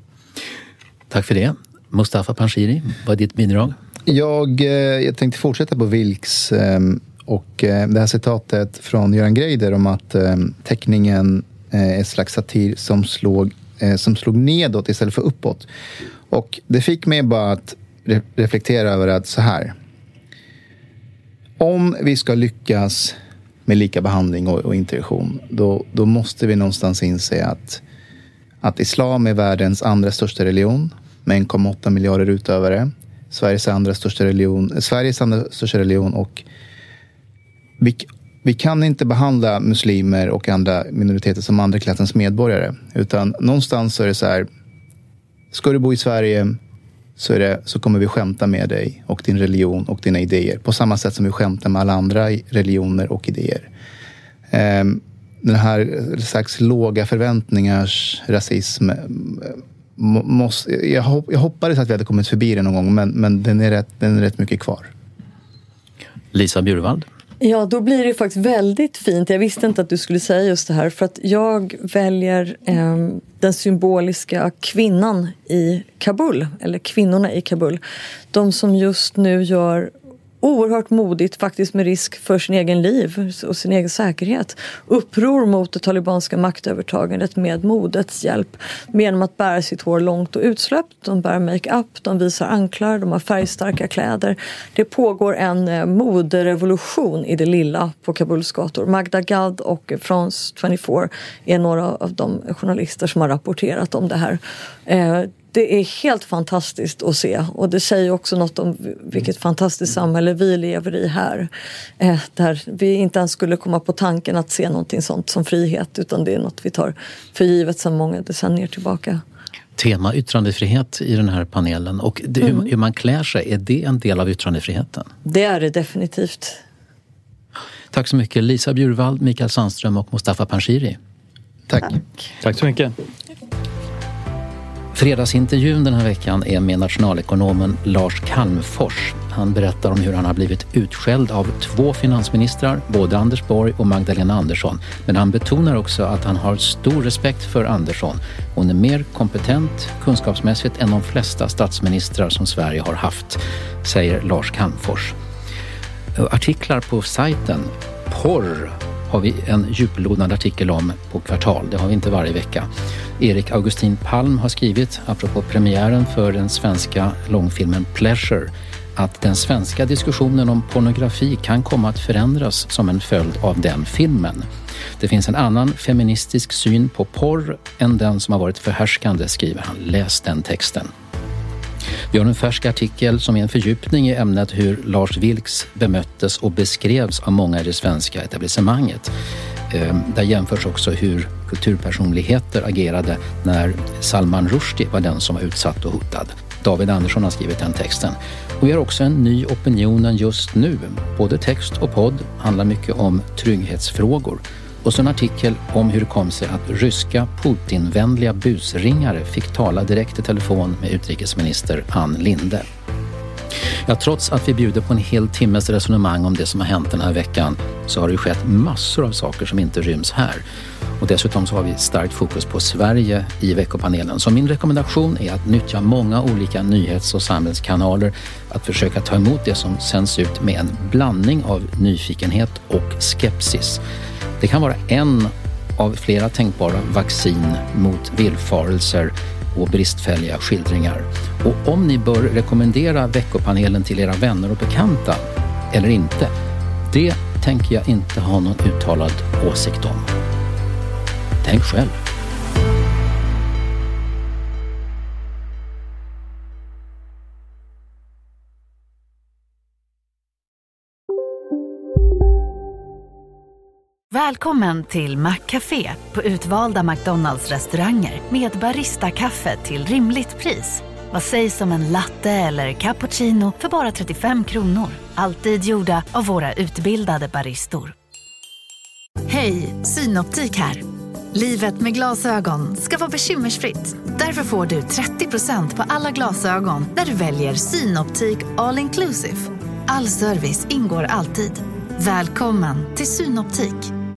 O: Tack för det. Mustafa Panshiri, vad är ditt bidrag?
Q: Jag, eh, jag tänkte fortsätta på Vilks eh, och eh, det här citatet från Göran Greider om att eh, teckningen eh, är ett slags satir som slog, eh, som slog nedåt istället för uppåt. Och det fick mig bara att reflektera över att så här. Om vi ska lyckas med lika behandling och, och integration, då, då måste vi någonstans inse att, att islam är världens andra största religion med en komma åtta miljarder utövare. Sveriges andra största religion, Sveriges andra största religion och vi, vi kan inte behandla muslimer och andra minoriteter som andra klassens medborgare. Utan någonstans så är det så här, ska du bo i Sverige så, är det, så kommer vi skämta med dig och din religion och dina idéer. På samma sätt som vi skämtar med alla andra religioner och idéer. Um, den här slags låga förväntningars rasism måste, jag, hopp, jag hoppades att vi hade kommit förbi den någon gång, men, men den, är rätt, den är rätt mycket kvar.
O: Lisa Bjurvald.
P: Ja, då blir det ju faktiskt väldigt fint. Jag visste inte att du skulle säga just det här. För att jag väljer eh, den symboliska kvinnan i Kabul. Eller kvinnorna i Kabul. De som just nu gör oerhört modigt, faktiskt med risk för sin egen liv och sin egen säkerhet. Uppror mot det talibanska maktövertagandet med modets hjälp. Genom att bära sitt hår långt och utsläppt. De bär make-up, de visar anklar, de har färgstarka kläder. Det pågår en eh, moderevolution i det lilla på Kabuls gator. Magda Gad och France tjugofyra är några av de journalister som har rapporterat om det här. Eh, Det är helt fantastiskt att se, och det säger också något om vilket fantastiskt samhälle vi lever i här. Eh, där vi inte ens skulle komma på tanken att se någonting sånt som frihet, utan det är något vi tar för givet sedan många decennier tillbaka.
O: Tema yttrandefrihet i den här panelen, och det, mm. hur, hur man klär sig, är det en del av yttrandefriheten?
P: Det är det definitivt.
O: Tack så mycket Lisa Bjurvald, Mikael Sandström och Mustafa Panshiri.
Q: Tack.
S: Tack, Tack så mycket.
O: Fredagsintervjun den här veckan är med nationalekonomen Lars Calmfors. Han berättar om hur han har blivit utskälld av två finansministrar, både Anders Borg och Magdalena Andersson. Men han betonar också att han har stor respekt för Andersson. Hon är mer kompetent kunskapsmässigt än de flesta statsministrar som Sverige har haft, säger Lars Calmfors. Artiklar på sajten Porr har vi en djuplodande artikel om på Kvartal. Det har vi inte varje vecka. Erik Augustin Palm har skrivit, apropå premiären för den svenska långfilmen Pleasure, att den svenska diskussionen om pornografi kan komma att förändras som en följd av den filmen. Det finns en annan feministisk syn på porr än den som har varit förhärskande, skriver han. Läs den texten. Vi har en färsk artikel som är en fördjupning i ämnet hur Lars Vilks bemöttes och beskrevs av många i det svenska etablissemanget. Där jämförs också hur kulturpersonligheter agerade när Salman Rushdie var den som var utsatt och hotad. David Andersson har skrivit den texten. Och vi har också en ny opinionen just nu. Både text och podd handlar mycket om trygghetsfrågor. Och så en artikel om hur det kom sig att ryska Putin-vänliga busringare fick tala direkt i telefon med utrikesminister Ann Linde. Ja, trots att vi bjuder på en hel timmes resonemang om det som har hänt den här veckan, så har det skett massor av saker som inte ryms här. Och dessutom så har vi starkt fokus på Sverige i veckopanelen. Så min rekommendation är att nyttja många olika nyhets- och samhällskanaler, att försöka ta emot det som sänds ut med en blandning av nyfikenhet och skepsis. Det kan vara en av flera tänkbara vaccin mot villfarelser och bristfälliga skildringar. Och om ni bör rekommendera veckopanelen till era vänner och bekanta eller inte, det tänker jag inte ha någon uttalad åsikt om. Tänk själv.
A: Välkommen till Maccafé på utvalda McDonalds-restauranger med Barista-kaffe till rimligt pris. Vad sägs om en latte eller cappuccino för bara trettiofem kronor? Alltid gjorda av våra utbildade baristor. Hej, Synoptik här. Livet med glasögon ska vara bekymmersfritt. Därför får du trettio procent på alla glasögon när du väljer Synoptik All Inclusive. All service ingår alltid. Välkommen till Synoptik.